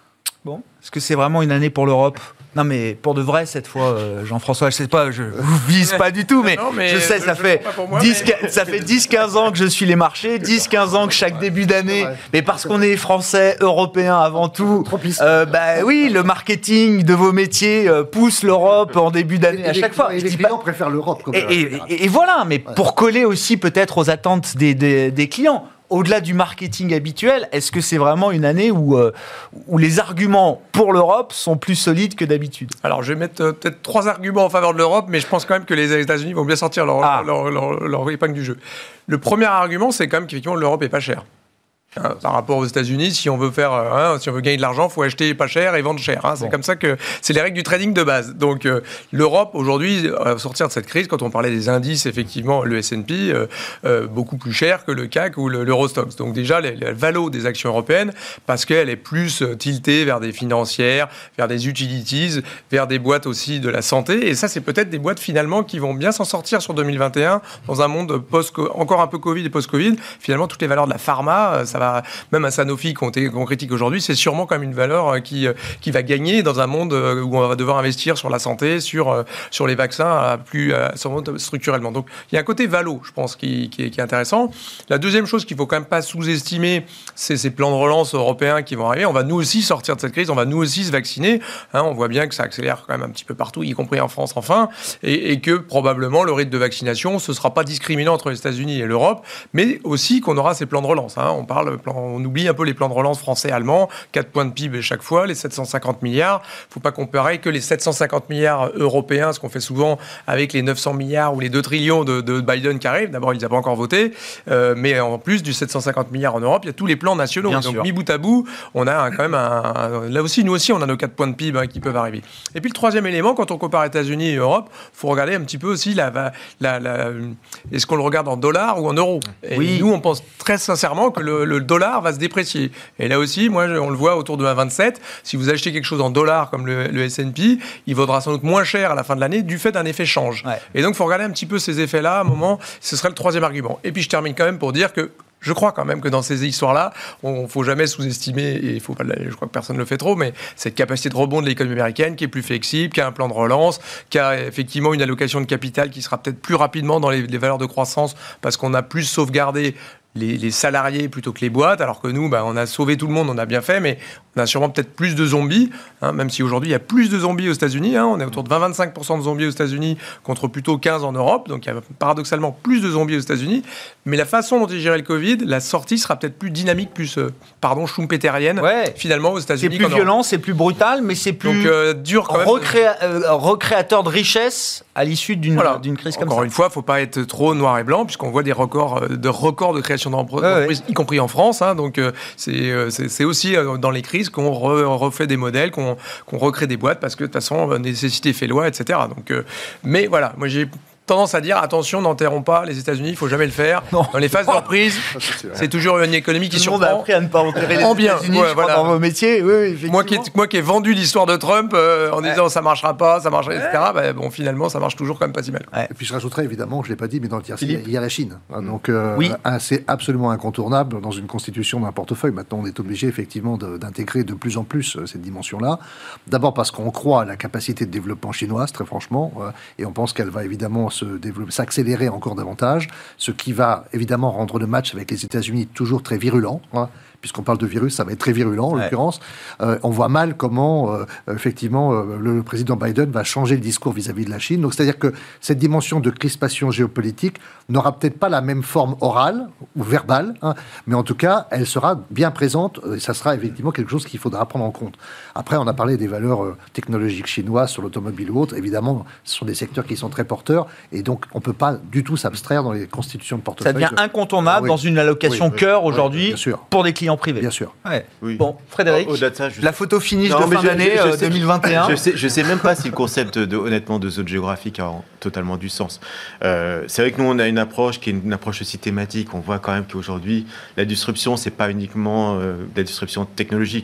Bon, est-ce que c'est vraiment une année pour l'Europe ? Non, mais pour de vrai, cette fois, euh, Jean-François, je sais pas, je vous vise pas du tout, mais, non, mais je sais, je, ça, je fait moi, dix, mais... ça fait dix quinze ans que je suis les marchés, dix quinze ans que chaque début d'année, mais parce qu'on est français, européens avant tout, euh, bah oui, le marketing de vos métiers euh, pousse l'Europe en début d'année et à chaque les, fois. Et les clients pas... préfèrent l'Europe. Comme et, et, et, et voilà, mais ouais. pour coller aussi peut-être aux attentes des, des, des clients. Au-delà du marketing habituel, est-ce que c'est vraiment une année où, euh, où les arguments pour l'Europe sont plus solides que d'habitude ? Alors, je vais mettre euh, peut-être trois arguments en faveur de l'Europe, mais je pense quand même que les États-Unis vont bien sortir leur, ah. leur, leur, leur, leur épingle du jeu. Le premier argument, c'est quand même qu'effectivement, l'Europe est pas chère. Hein, par rapport aux États-Unis, si on veut faire, hein, si on veut gagner de l'argent, il faut acheter pas cher et vendre cher. Hein. C'est bon. Comme ça que c'est les règles du trading de base. Donc euh, l'Europe aujourd'hui, à sortir de cette crise, quand on parlait des indices, effectivement, le S and P euh, euh, beaucoup plus cher que le C A C ou le, l'Eurostoxx. Donc déjà, les, les valo des actions européennes, parce qu'elle est plus tiltée vers des financières, vers des utilities, vers des boîtes aussi de la santé. Et ça, c'est peut-être des boîtes finalement qui vont bien s'en sortir sur deux mille vingt et un dans un monde post, encore un peu Covid et post-Covid. Finalement, toutes les valeurs de la pharma, ça va. Même un Sanofi qu'on, qu'on critique aujourd'hui, c'est sûrement quand même une valeur qui, qui va gagner dans un monde où on va devoir investir sur la santé, sur, sur les vaccins, plus structurellement. Donc il y a un côté valo, je pense, qui, qui, est, qui est intéressant. La deuxième chose qu'il ne faut quand même pas sous-estimer, c'est ces plans de relance européens qui vont arriver. On va nous aussi sortir de cette crise, on va nous aussi se vacciner. Hein, on voit bien que ça accélère quand même un petit peu partout, y compris en France enfin, et, et que probablement le rythme de vaccination, ce ne sera pas discriminant entre les États-Unis et l'Europe, mais aussi qu'on aura ces plans de relance. Hein. On parle On oublie un peu les plans de relance français et allemands, quatre points de P I B chaque fois, les sept cent cinquante milliards. Il ne faut pas comparer que les sept cent cinquante milliards européens, ce qu'on fait souvent avec les neuf cents milliards ou les deux trillions de, de Biden qui arrivent. D'abord, il n'a pas encore voté, euh, mais en plus du sept cent cinquante milliards en Europe, il y a tous les plans nationaux. Bien Donc, sûr. mis bout à bout, on a un, quand même un, un... Là aussi, nous aussi, on a nos quatre points de P I B hein, qui peuvent arriver. Et puis, le troisième élément, quand on compare États-Unis et Europe, il faut regarder un petit peu aussi la, la, la, est-ce qu'on le regarde en dollars ou en euros. Et oui. Nous, on pense très sincèrement que le, le dollar va se déprécier. Et là aussi, moi, on le voit autour de un virgule vingt-sept. Si vous achetez quelque chose en dollars comme le, le S and P, il vaudra sans doute moins cher à la fin de l'année du fait d'un effet change. Ouais. Et donc, il faut regarder un petit peu ces effets-là à un moment. Ce serait le troisième argument. Et puis, je termine quand même pour dire que je crois quand même que dans ces histoires-là, on ne faut jamais sous-estimer, et il faut pas, je crois que personne ne le fait trop, mais cette capacité de rebond de l'économie américaine qui est plus flexible, qui a un plan de relance, qui a effectivement une allocation de capital qui sera peut-être plus rapidement dans les, les valeurs de croissance parce qu'on a plus sauvegardé Les, les salariés plutôt que les boîtes, alors que nous, bah, on a sauvé tout le monde, on a bien fait, mais on a sûrement peut-être plus de zombies, hein, même si aujourd'hui, il y a plus de zombies aux États-Unis. Hein, on est autour de vingt à vingt-cinq pour cent de zombies aux États-Unis contre plutôt quinze en Europe. Donc, il y a paradoxalement plus de zombies aux États-Unis. Mais la façon dont ils gèrent le Covid, la sortie sera peut-être plus dynamique, plus, euh, pardon, schumpeterienne, ouais. finalement, aux États-Unis. C'est plus violent, c'est plus brutal, mais c'est plus Donc, euh, dur quand même. Recréa- euh, recréateur de richesse à l'issue d'une, voilà. d'une crise comme Encore ça. Encore une fois, il ne faut pas être trop noir et blanc, puisqu'on voit des records de, records de création d'entreprises, ouais, ouais. y compris en France. Hein, donc, euh, c'est, euh, c'est, c'est aussi euh, dans les crises qu'on re, refait des modèles, qu'on, qu'on recrée des boîtes, parce que de toute façon, nécessité fait loi, et cetera. Donc, euh, mais voilà, moi j'ai tendance à dire, attention, n'enterrons pas les États-Unis, il ne faut jamais le faire. Non. Dans les phases de reprise, c'est, c'est toujours une économie qui surprend. Tout le monde a appris à ne pas enterrer les en bien. États-Unis Ouais, voilà. dans vos métiers. Oui, moi, qui ai, moi qui ai vendu l'histoire de Trump euh, en ouais. disant ça ne marchera pas, ça marchera, ouais. et cetera, bah, bon, finalement, ça marche toujours quand même pas si mal. Ouais. Et puis je rajouterais évidemment, je ne l'ai pas dit, mais dans le tiercé, il y a la Chine. Hein, donc, euh, oui. c'est absolument incontournable dans une constitution d'un portefeuille. Maintenant, on est obligé effectivement de, d'intégrer de plus en plus euh, cette dimension-là. D'abord parce qu'on croit à la capacité de développement chinoise, très franchement, euh, et on pense qu'elle va évidemment se développer, s'accélérer encore davantage, ce qui va évidemment rendre le match avec les États-Unis toujours très virulent. Hein. Puisqu'on parle de virus, ça va être très virulent, en ouais. l'occurrence. Euh, on voit mal comment, euh, effectivement, euh, le président Biden va changer le discours vis-à-vis de la Chine. Donc, c'est-à-dire que cette dimension de crispation géopolitique n'aura peut-être pas la même forme orale ou verbale, hein, mais en tout cas, elle sera bien présente, et ça sera effectivement quelque chose qu'il faudra prendre en compte. Après, on a parlé des valeurs euh, technologiques chinoises sur l'automobile ou autre. Évidemment, ce sont des secteurs qui sont très porteurs, et donc on ne peut pas du tout s'abstraire dans les constitutions de portefeuille. Ça devient incontournable ah, oui. dans une allocation oui, cœur oui, aujourd'hui oui, pour des clients privés. Bien sûr. Ouais. Oui. Bon, Frédéric, au-delà de ça, je... la photo finish non, de fin je, d'année je, je euh, sais, deux mille vingt et un. Je sais, je sais même pas si le concept de, honnêtement, de zone géographique a totalement du sens. Euh, c'est vrai que nous, on a une approche qui est une approche aussi thématique. On voit quand même qu'aujourd'hui, la disruption, c'est pas uniquement euh, la disruption technologique.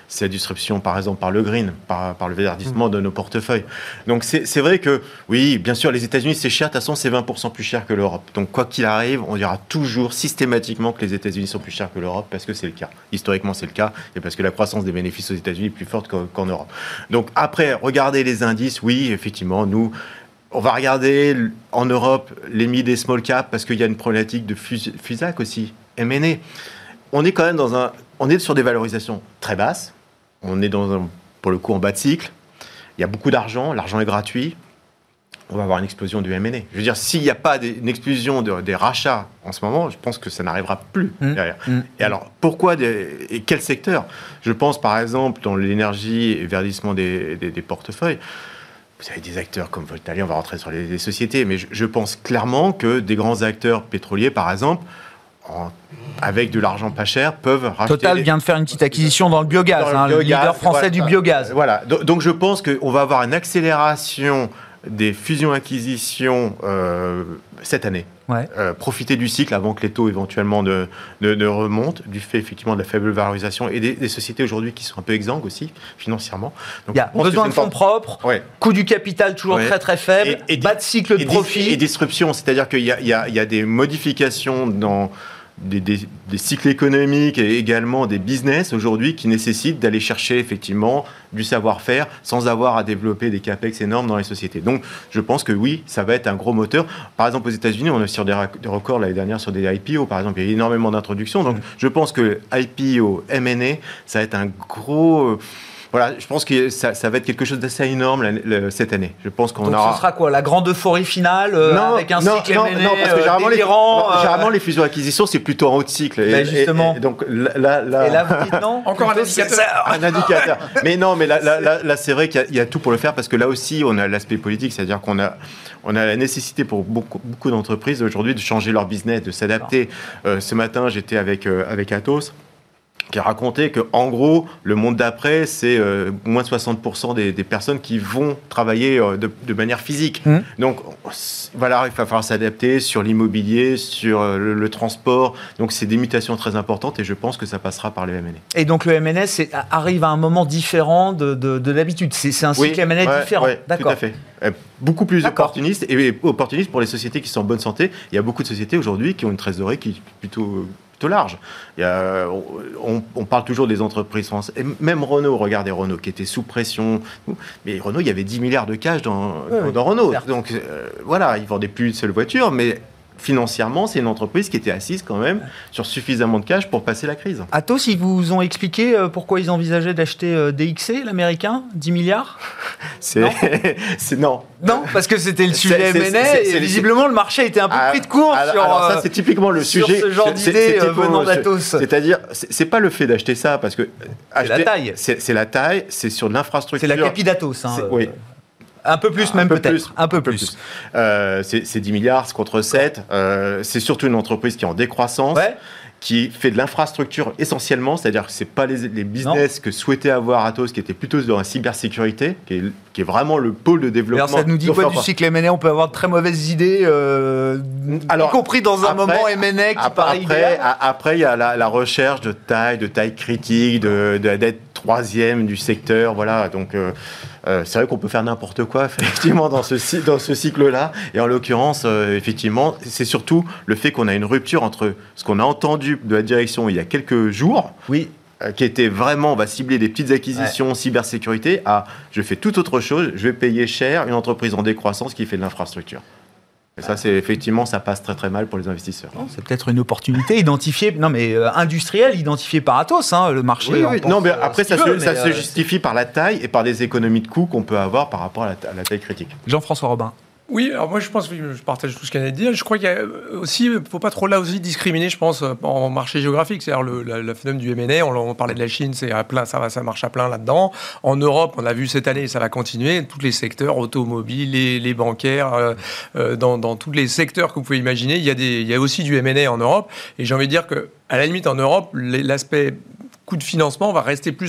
c'est la disruption, par exemple, par le green, par, par le verdissement mmh. de nos portefeuilles. Donc, c'est, c'est vrai que, oui, bien sûr, les États-Unis, c'est cher. De toute façon, c'est vingt pour cent plus cher que l'Europe. Donc, quoi qu'il arrive, on dira toujours systématiquement que les États-Unis sont plus chers que l'Europe parce que c'est le cas. Historiquement, c'est le cas et parce que la croissance des bénéfices aux États-Unis est plus forte qu'en, qu'en Europe. Donc, après, regardez les indices. Oui, effectivement, nous... On va regarder en Europe les mid et small cap parce qu'il y a une problématique de fus- FUSAC aussi, M and A. On est quand même dans un, on est sur des valorisations très basses. On est dans un, pour le coup en bas de cycle. Il y a beaucoup d'argent, l'argent est gratuit. On va avoir une explosion du M and A. Je veux dire, s'il n'y a pas des, une explosion de, des rachats en ce moment, je pense que ça n'arrivera plus mmh. derrière. Mmh. Et alors, pourquoi des, et quel secteur ? Je pense par exemple dans l'énergie et le verdissement des, des, des portefeuilles. Vous avez des acteurs comme Voltalia, on va rentrer sur les, les sociétés, mais je, je pense clairement que des grands acteurs pétroliers, par exemple, en, avec de l'argent pas cher, peuvent racheter... Total vient de faire une petite acquisition dans le biogaz, dans le hein, biogaz, le leader français voilà, du biogaz. Voilà, donc, donc je pense qu'on va avoir une accélération des fusions-acquisitions euh, cette année. Ouais. Euh, profiter du cycle avant que les taux éventuellement ne, ne, ne remontent, du fait effectivement de la faible valorisation et des, des sociétés aujourd'hui qui sont un peu exsangues aussi, financièrement. Donc, il y a besoin de fonds propres, ouais. coût du capital toujours ouais. très très faible, et, et bas de cycle de et profit. Et, et disruption, c'est-à-dire qu'il y a, il y a, il y a des modifications dans... Des, des, des cycles économiques et également des business aujourd'hui qui nécessitent d'aller chercher effectivement du savoir-faire sans avoir à développer des capex énormes dans les sociétés. Donc je pense que oui, ça va être un gros moteur. Par exemple aux États-Unis, on est sur des, rac- des records l'année dernière sur des I P O par exemple, il y a énormément d'introductions. Donc je pense que I P O, M and A, ça va être un gros... Voilà, je pense que ça, ça va être quelque chose d'assez énorme la, la, cette année. Je pense qu'on Donc aura... ce sera quoi, la grande euphorie finale euh, non, avec un non, cycle non, M and A non, parce que généralement, délirant, les, euh... généralement les fusions-acquisitions c'est plutôt en haut de cycle. Et, justement. Et, et, donc là, là... Et là vous dites non. Encore un indicateur. Un indicateur. Mais non, mais là, là, là, là c'est vrai qu'il y a, il y a tout pour le faire parce que là aussi on a l'aspect politique, c'est-à-dire qu'on a on a la nécessité pour beaucoup, beaucoup d'entreprises aujourd'hui de changer leur business, de s'adapter. Euh, ce matin, j'étais avec euh, avec Atos, qui a raconté que, en gros, le monde d'après, c'est euh, moins de soixante pour cent des, des personnes qui vont travailler euh, de, de manière physique. Mmh. Donc, voilà, il va falloir s'adapter sur l'immobilier, sur euh, le, le transport. Donc, c'est des mutations très importantes et je pense que ça passera par le M and A. Et donc, le M and A c'est, arrive à un moment différent de, de, de l'habitude. C'est, c'est un cycle oui, M and A ouais, différent. Ouais, d'accord. Tout à fait. Euh, beaucoup plus D'accord. opportuniste et, et opportuniste pour les sociétés qui sont en bonne santé. Il y a beaucoup de sociétés aujourd'hui qui ont une trésorerie qui est plutôt... plutôt large. Il y a, on, on parle toujours des entreprises françaises. Et même Renault, regardez Renault, qui était sous pression. Mais Renault, il y avait dix milliards de cash dans, oui, dans, dans Renault. Certes. Donc euh, voilà, ils vendaient plus une seule voiture, mais financièrement, c'est une entreprise qui était assise quand même sur suffisamment de cash pour passer la crise. Atos, ils vous ont expliqué pourquoi ils envisageaient d'acheter D X C, l'américain, dix milliards c'est... Non, c'est... non. Non, parce que c'était le sujet c'est, M and A c'est, c'est, c'est, et visiblement c'est... le marché était un peu ah, pris de court alors, sur, alors ça, c'est typiquement le sur sujet, ce genre c'est, d'idée c'est, venant d'Atos. C'est-à-dire, c'est, c'est pas le fait d'acheter ça, parce que... C'est acheter, la taille. C'est, c'est la taille, c'est sur de l'infrastructure. C'est la capi d'Atos. Hein, euh... Oui. Un peu plus, même un peu peut-être. Plus, un peu, un peu plus. plus. Euh, c'est, c'est dix milliards contre sept. Euh, c'est surtout une entreprise qui est en décroissance, ouais. qui fait de l'infrastructure essentiellement, c'est-à-dire que ce n'est pas les, les business non. que souhaitait avoir Atos, qui était plutôt dans la cybersécurité, qui est, qui est vraiment le pôle de développement. Alors ça nous dit quoi du cycle M and A ? On peut avoir de très mauvaises idées, euh, Alors, y compris dans un après, moment M and A qui après, paraît après, après, il y a la, la recherche de taille, de taille critique, de, de, d'être troisième du secteur, voilà, donc... Euh, Euh, c'est vrai qu'on peut faire n'importe quoi, effectivement, dans ce, dans ce cycle-là. Et en l'occurrence, euh, effectivement, c'est surtout le fait qu'on a une rupture entre ce qu'on a entendu de la direction il y a quelques jours, oui. euh, qui était vraiment, on va cibler des petites acquisitions, ouais. cybersécurité, à je fais tout autre chose, je vais payer cher une entreprise en décroissance qui fait de l'infrastructure. Et ça, c'est effectivement, ça passe très très mal pour les investisseurs. Non, c'est peut-être une opportunité identifiée, non mais euh, industrielle, identifiée par Atos, hein, le marché. Oui, oui. Non, mais euh, après, ça, veut, se, ça mais, se euh, justifie c'est... par la taille et par des économies de coûts qu'on peut avoir par rapport à la, à la taille critique. Jean-François Robin. Oui, alors moi je pense, je partage tout ce qu'il vient de dire. Je crois qu'il y a aussi, il ne faut pas trop là aussi discriminer, je pense, en marché géographique. C'est-à-dire le, la, la phénomène du M and A, on, on parlait de la Chine, c'est à plein, ça, va, ça marche à plein là-dedans. En Europe, on a vu cette année, ça va continuer. Tous les secteurs, automobiles, les, les bancaires, euh, euh, dans, dans tous les secteurs que vous pouvez imaginer, il y a, des, il y a aussi du M and A en Europe. Et j'ai envie de dire qu'à la limite, en Europe, l'aspect coût de financement va rester plus important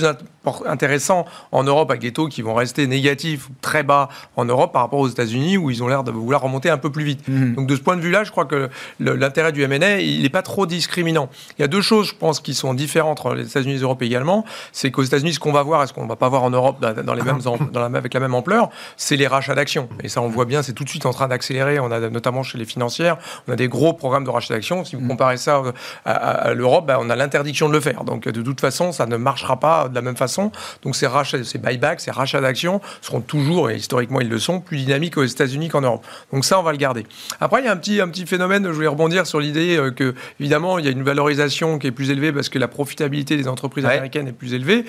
intéressant en Europe avec des taux qui vont rester négatifs, très bas en Europe par rapport aux États-Unis où ils ont l'air de vouloir remonter un peu plus vite. Mmh. Donc de ce point de vue-là, je crois que le, l'intérêt du M and A, il n'est pas trop discriminant. Il y a deux choses, je pense, qui sont différentes entre les États-Unis et l'Europe également. C'est qu'aux États-Unis, ce qu'on va voir et ce qu'on ne va pas voir en Europe dans les mêmes, dans la, avec la même ampleur, c'est les rachats d'actions. Et ça, on le voit bien, c'est tout de suite en train d'accélérer. On a notamment chez les financières, on a des gros programmes de rachat d'actions. Si vous mmh. comparez ça à, à, à l'Europe, ben, on a l'interdiction de le faire. Donc de toute façon, ça ne marchera pas de la même façon. Donc ces rachats, ces buybacks, ces rachats d'actions seront toujours, et historiquement ils le sont, plus dynamiques aux États-Unis qu'en Europe. Donc ça, on va le garder. Après, il y a un petit, un petit phénomène, je voulais rebondir sur l'idée euh, que, évidemment, il y a une valorisation qui est plus élevée parce que la profitabilité des entreprises ouais. américaines est plus élevée.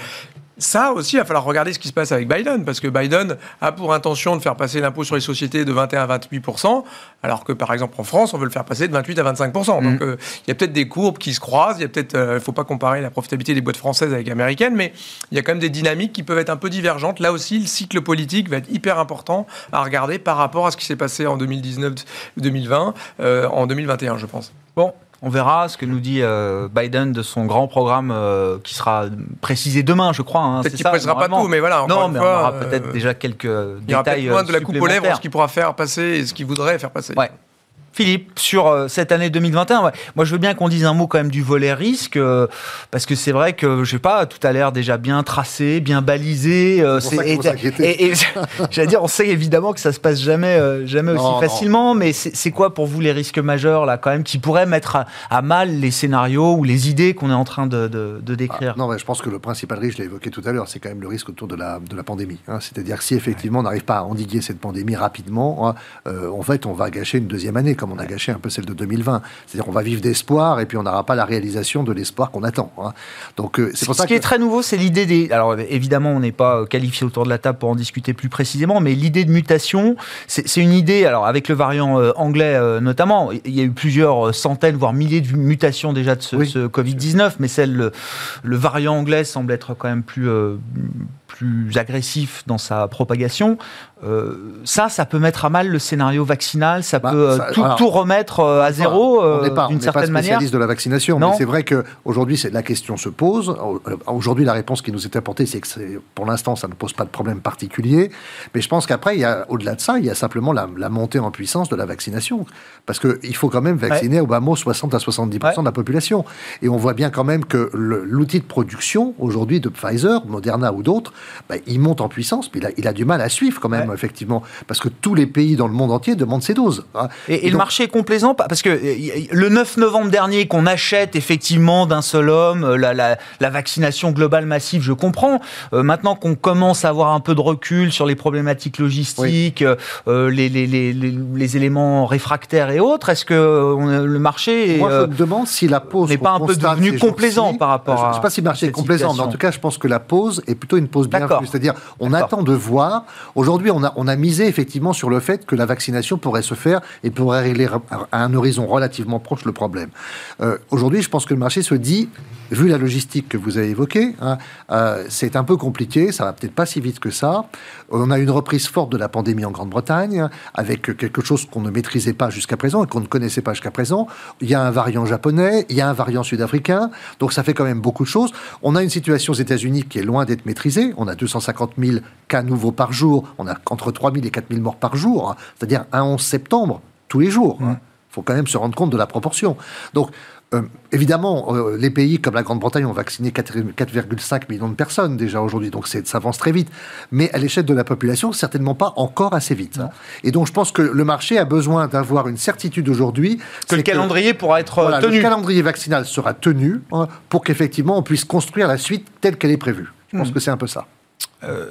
Ça aussi, il va falloir regarder ce qui se passe avec Biden, parce que Biden a pour intention de faire passer l'impôt sur les sociétés de vingt et un à vingt-huit pour cent, alors que, par exemple, en France, on veut le faire passer de vingt-huit à vingt-cinq pour cent. Mmh. Donc, euh, il y a peut-être des courbes qui se croisent, il y a peut-être, il euh, ne faut pas comparer la profitabilité des boîtes françaises avec américaines, mais il y a quand même des dynamiques qui peuvent être un peu divergentes. Là aussi, le cycle politique va être hyper important à regarder par rapport à ce qui s'est passé en deux mille dix-neuf deux mille vingt, euh, en deux mille vingt et un, je pense. Bon. On verra ce que nous dit euh, Biden de son grand programme euh, qui sera précisé demain, je crois. Hein, peut-être qu'il ne précisera pas tout, mais voilà. Non, mais fois, on aura euh, peut-être déjà quelques détails. Il y aura peut-être moins de la coupe aux lèvres, ce qu'il pourra faire passer et ce qu'il voudrait faire passer. Ouais. Philippe, sur euh, cette année deux mille vingt et un, ouais. Moi je veux bien qu'on dise un mot quand même du volet risque, euh, parce que c'est vrai que, je sais pas, tout a l'air déjà bien tracé, bien balisé. Euh, c'est c'est, et, et, et j'allais dire, on sait évidemment que ça se passe jamais, euh, jamais non, aussi non. facilement, mais c'est, c'est quoi pour vous les risques majeurs là quand même qui pourraient mettre à, à mal les scénarios ou les idées qu'on est en train de, de, de décrire? ah, Non, mais je pense que le principal risque, je l'ai évoqué tout à l'heure, c'est quand même le risque autour de la, de la pandémie. Hein. C'est-à-dire que si effectivement ouais. on n'arrive pas à endiguer cette pandémie rapidement, hein, euh, en fait on va gâcher une deuxième année, comme on a gâché un peu celle de deux mille vingt. C'est-à-dire qu'on va vivre d'espoir et puis on n'aura pas la réalisation de l'espoir qu'on attend. Hein. Donc, euh, c'est pour Ce ça qui que... est très nouveau, c'est l'idée des... Alors évidemment, on n'est pas qualifié autour de la table pour en discuter plus précisément, mais l'idée de mutation, c'est, c'est une idée, alors avec le variant euh, anglais euh, notamment, il y a eu plusieurs centaines, voire milliers de mutations déjà de ce, oui, ce covid dix-neuf, mais celle, le, le variant anglais semble être quand même plus... Euh, plus agressif dans sa propagation, euh, ça, ça peut mettre à mal le scénario vaccinal, ça bah, peut ça, tout, alors, tout remettre euh, à zéro euh, on pas, d'une on certaine manière. On n'est pas spécialiste de la vaccination, non. mais c'est vrai qu'aujourd'hui, c'est, la question se pose. Aujourd'hui, la réponse qui nous est apportée, c'est que c'est, pour l'instant, ça ne pose pas de problème particulier. Mais je pense qu'après, il y a, au-delà de ça, il y a simplement la, la montée en puissance de la vaccination. Parce qu'il faut quand même vacciner ouais. au bas mot soixante à soixante-dix pour cent ouais. de la population. Et on voit bien quand même que le, l'outil de production, aujourd'hui, de Pfizer, Moderna ou d'autres, bah, il monte en puissance, mais il a, il a du mal à suivre quand même, ouais. effectivement, parce que tous les pays dans le monde entier demandent ces doses. Hein. Et, et, et donc, le marché est complaisant, parce que le neuf novembre dernier, qu'on achète effectivement d'un seul homme la, la, la vaccination globale massive, je comprends. Euh, maintenant qu'on commence à avoir un peu de recul sur les problématiques logistiques, oui. euh, les, les, les, les, les éléments réfractaires et autres, est-ce que on, le marché... Moi, euh, je me demande si la pause... n'est pas un peu devenu complaisant par rapport à... Je ne sais pas si le marché est complaisant, mais en tout cas, je pense que la pause est plutôt une pause bien D'accord. C'est-à-dire, on D'accord. attend de voir. Aujourd'hui, on a, on a misé effectivement sur le fait que la vaccination pourrait se faire et pourrait régler à un horizon relativement proche le problème. Euh, aujourd'hui, je pense que le marché se dit, vu la logistique que vous avez évoquée, hein, euh, c'est un peu compliqué, ça va peut-être pas si vite que ça. On a une reprise forte de la pandémie en Grande-Bretagne, avec quelque chose qu'on ne maîtrisait pas jusqu'à présent et qu'on ne connaissait pas jusqu'à présent. Il y a un variant japonais, il y a un variant sud-africain, donc ça fait quand même beaucoup de choses. On a une situation aux États-Unis qui est loin d'être maîtrisée. On a deux cent cinquante mille cas nouveaux par jour, on a entre trois mille et quatre mille morts par jour, hein, c'est-à-dire un onze septembre, tous les jours. Il mmh. hein. faut quand même se rendre compte de la proportion. Donc, euh, évidemment, euh, les pays comme la Grande-Bretagne ont vacciné quatre virgule cinq millions de personnes déjà aujourd'hui, donc c'est, ça avance très vite. Mais à l'échelle de la population, certainement pas encore assez vite. Hein. Et donc, je pense que le marché a besoin d'avoir une certitude aujourd'hui. Que le calendrier que, pourra être voilà, tenu. Le calendrier vaccinal sera tenu hein, pour qu'effectivement, on puisse construire la suite telle qu'elle est prévue. Je pense mmh. que c'est un peu ça. Euh...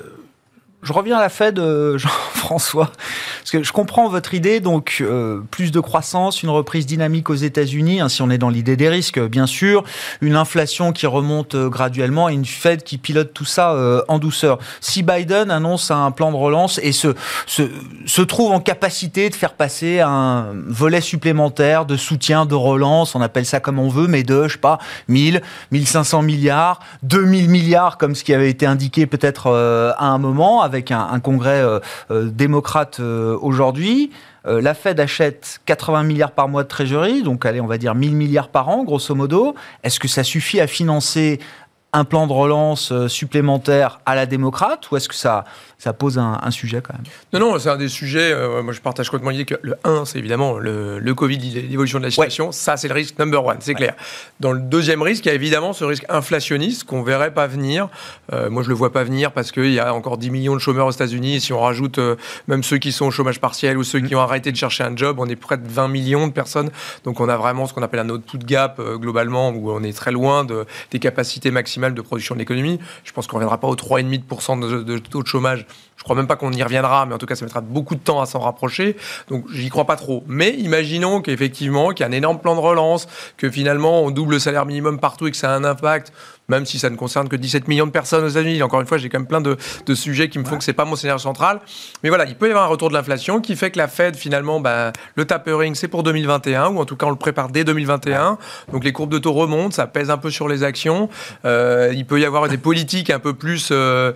Je reviens à la Fed, euh, Jean-François, parce que je comprends votre idée, donc euh, plus de croissance, une reprise dynamique aux États-Unis, hein, si on est dans l'idée des risques, bien sûr, une inflation qui remonte euh, graduellement et une Fed qui pilote tout ça euh, en douceur. Si Biden annonce un plan de relance et se, se, se trouve en capacité de faire passer un volet supplémentaire de soutien, de relance, on appelle ça comme on veut, mais de, je sais pas, mille, mille cinq cents milliards, deux mille milliards, comme ce qui avait été indiqué peut-être euh, à un moment, avec un, un congrès euh, euh, démocrate euh, aujourd'hui. Euh, la Fed achète quatre-vingts milliards par mois de trésorerie, donc allez, on va dire mille milliards par an, grosso modo. Est-ce que ça suffit à financer un plan de relance supplémentaire à la démocrate, ou est-ce que ça, ça pose un, un sujet quand même? Non, non, c'est un des sujets, euh, moi je partage complètement l'idée que le un, c'est évidemment le, le Covid, l'évolution de la situation, ouais. Ça c'est le risque number one, c'est ouais. clair. Dans le deuxième risque, il y a évidemment ce risque inflationniste qu'on ne verrait pas venir. Euh, moi je ne le vois pas venir parce qu'il y a encore dix millions de chômeurs aux États-Unis, et si on rajoute euh, même ceux qui sont au chômage partiel ou ceux qui ont arrêté de chercher un job, on est près de vingt millions de personnes, donc on a vraiment ce qu'on appelle un output gap euh, globalement, où on est très loin de, des capacités maximales de production de l'économie. Je pense qu'on ne reviendra pas aux trois virgule cinq pour cent de, de taux de chômage. Je ne crois même pas qu'on y reviendra, mais en tout cas, ça mettra beaucoup de temps à s'en rapprocher. Donc, j'y crois pas trop. Mais imaginons qu'effectivement, qu'il y a un énorme plan de relance, que finalement, on double le salaire minimum partout et que ça a un impact, même si ça ne concerne que dix-sept millions de personnes aux États-Unis. Encore une fois, j'ai quand même plein de, de sujets qui me font ouais. que c'est pas mon scénario central. Mais voilà, il peut y avoir un retour de l'inflation qui fait que la Fed, finalement, bah, le tapering, c'est pour deux mille vingt et un, ou en tout cas, on le prépare dès deux mille vingt et un. Ouais. Donc, les courbes de taux remontent, ça pèse un peu sur les actions. Euh, il peut y avoir des politiques un peu plus, euh,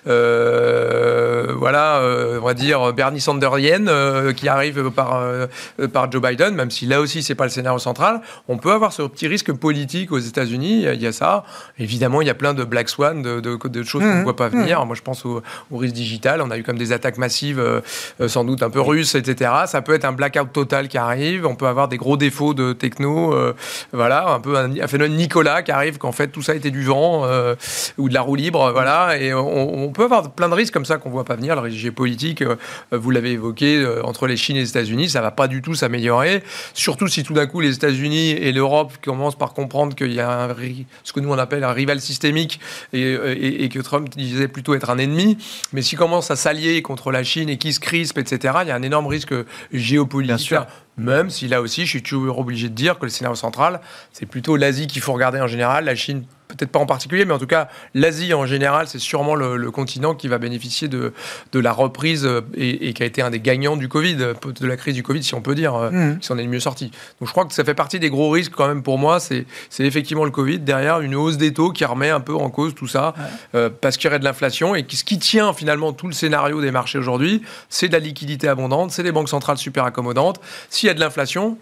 euh, voilà, euh, on va dire Bernie Sanderienne, euh, qui arrive par, euh, par Joe Biden, même si là aussi, c'est pas le scénario central. On peut avoir ce petit risque politique aux États-Unis. Il y a ça. Évidemment, il y a plein de black swan, de, de, de choses mmh, qu'on ne voit pas venir. Mmh. Moi, je pense au, au risque digital. On a eu comme des attaques massives, euh, sans doute un peu russes, et cetera. Ça peut être un blackout total qui arrive. On peut avoir des gros défauts de techno. Euh, voilà, un peu un, un phénomène Nicolas qui arrive, qu'en fait, tout ça était du vent euh, ou de la roue libre. Voilà, et on, on peut avoir plein de risques comme ça qu'on ne voit pas venir. Le risque géopolitique, euh, vous l'avez évoqué, euh, entre les Chine et les États-Unis, ça ne va pas du tout s'améliorer. Surtout si tout d'un coup, les États-Unis et l'Europe commencent par comprendre qu'il y a un, ce que nous on appelle un rival systémique et, et, et que Trump disait plutôt être un ennemi. Mais s'il commence à s'allier contre la Chine et qu'il se crispe, et cetera, il y a un énorme risque géopolitique. Même si là aussi, je suis toujours obligé de dire que le scénario central, c'est plutôt l'Asie qu'il faut regarder en général. La Chine, peut-être pas en particulier, mais en tout cas, l'Asie en général, c'est sûrement le, le continent qui va bénéficier de, de la reprise et, et qui a été un des gagnants du Covid, de la crise du Covid, si on peut dire, mmh. qui s'en est le mieux sorti. Donc je crois que ça fait partie des gros risques quand même pour moi. C'est, c'est effectivement le Covid, derrière une hausse des taux qui remet un peu en cause tout ça, ouais. euh, parce qu'il y aurait de l'inflation. Et ce qui tient finalement tout le scénario des marchés aujourd'hui, c'est de la liquidité abondante, c'est des banques centrales super accommodantes. Si il y a de l'inflation,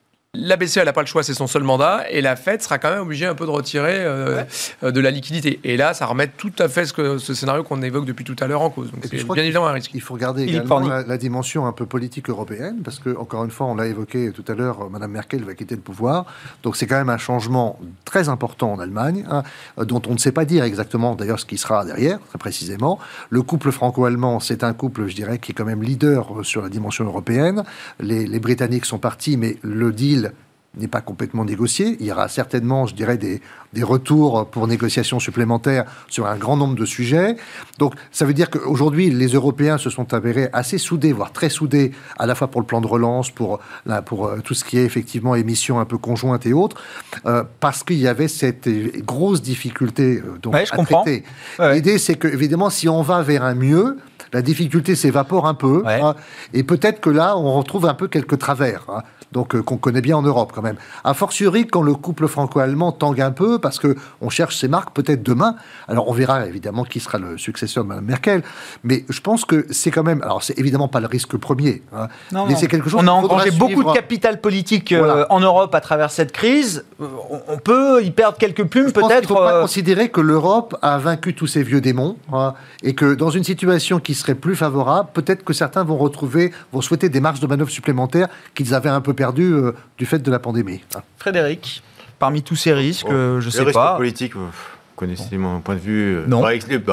la B C E, elle n'a pas le choix, c'est son seul mandat, et la Fed sera quand même obligée un peu de retirer euh, ouais. de la liquidité. Et là, ça remet tout à fait ce, que, ce scénario qu'on évoque depuis tout à l'heure en cause. Donc c'est bien évidemment un risque. Il faut regarder également la, la dimension un peu politique européenne, parce que, encore une fois, on l'a évoqué tout à l'heure, Mme Merkel va quitter le pouvoir. Donc c'est quand même un changement très important en Allemagne, hein, dont on ne sait pas dire exactement d'ailleurs ce qui sera derrière, très précisément. Le couple franco-allemand, c'est un couple, je dirais, qui est quand même leader sur la dimension européenne. Les, les Britanniques sont partis, mais le deal n'est pas complètement négocié. Il y aura certainement, je dirais, des, des retours pour négociations supplémentaires sur un grand nombre de sujets. Donc, ça veut dire qu'aujourd'hui, les Européens se sont avérés assez soudés, voire très soudés, à la fois pour le plan de relance, pour, là, pour euh, tout ce qui est effectivement émissions un peu conjointes et autres, euh, parce qu'il y avait cette grosse difficulté euh, donc, ouais, je à comprends. traiter. Ouais. L'idée, c'est que, évidemment, si on va vers un mieux, la difficulté s'évapore un peu, ouais. hein, et peut-être que là, on retrouve un peu quelques travers, hein, donc euh, qu'on connaît bien en Europe quand même. A fortiori, quand le couple franco-allemand tangue un peu, parce qu'on cherche ses marques peut-être demain. Alors on verra évidemment qui sera le successeur de Mme Merkel, mais je pense que c'est quand même... Alors c'est évidemment pas le risque premier, hein, non, mais non. c'est quelque chose... On a engrangé beaucoup de capital politique euh, voilà. en Europe à travers cette crise. On peut y perdre quelques plumes je peut-être. Il ne faut euh... pas considérer que l'Europe a vaincu tous ces vieux démons, hein, et que dans une situation qui serait plus favorable, peut-être que certains vont retrouver, vont souhaiter des marges de manœuvre supplémentaires qu'ils avaient un peu perdues euh, du fait de la pandémie. Frédéric, parmi tous ces risques, oh, je ne sais risque pas. Politique, vous connaissez mon point de vue. Non. Brexit, le,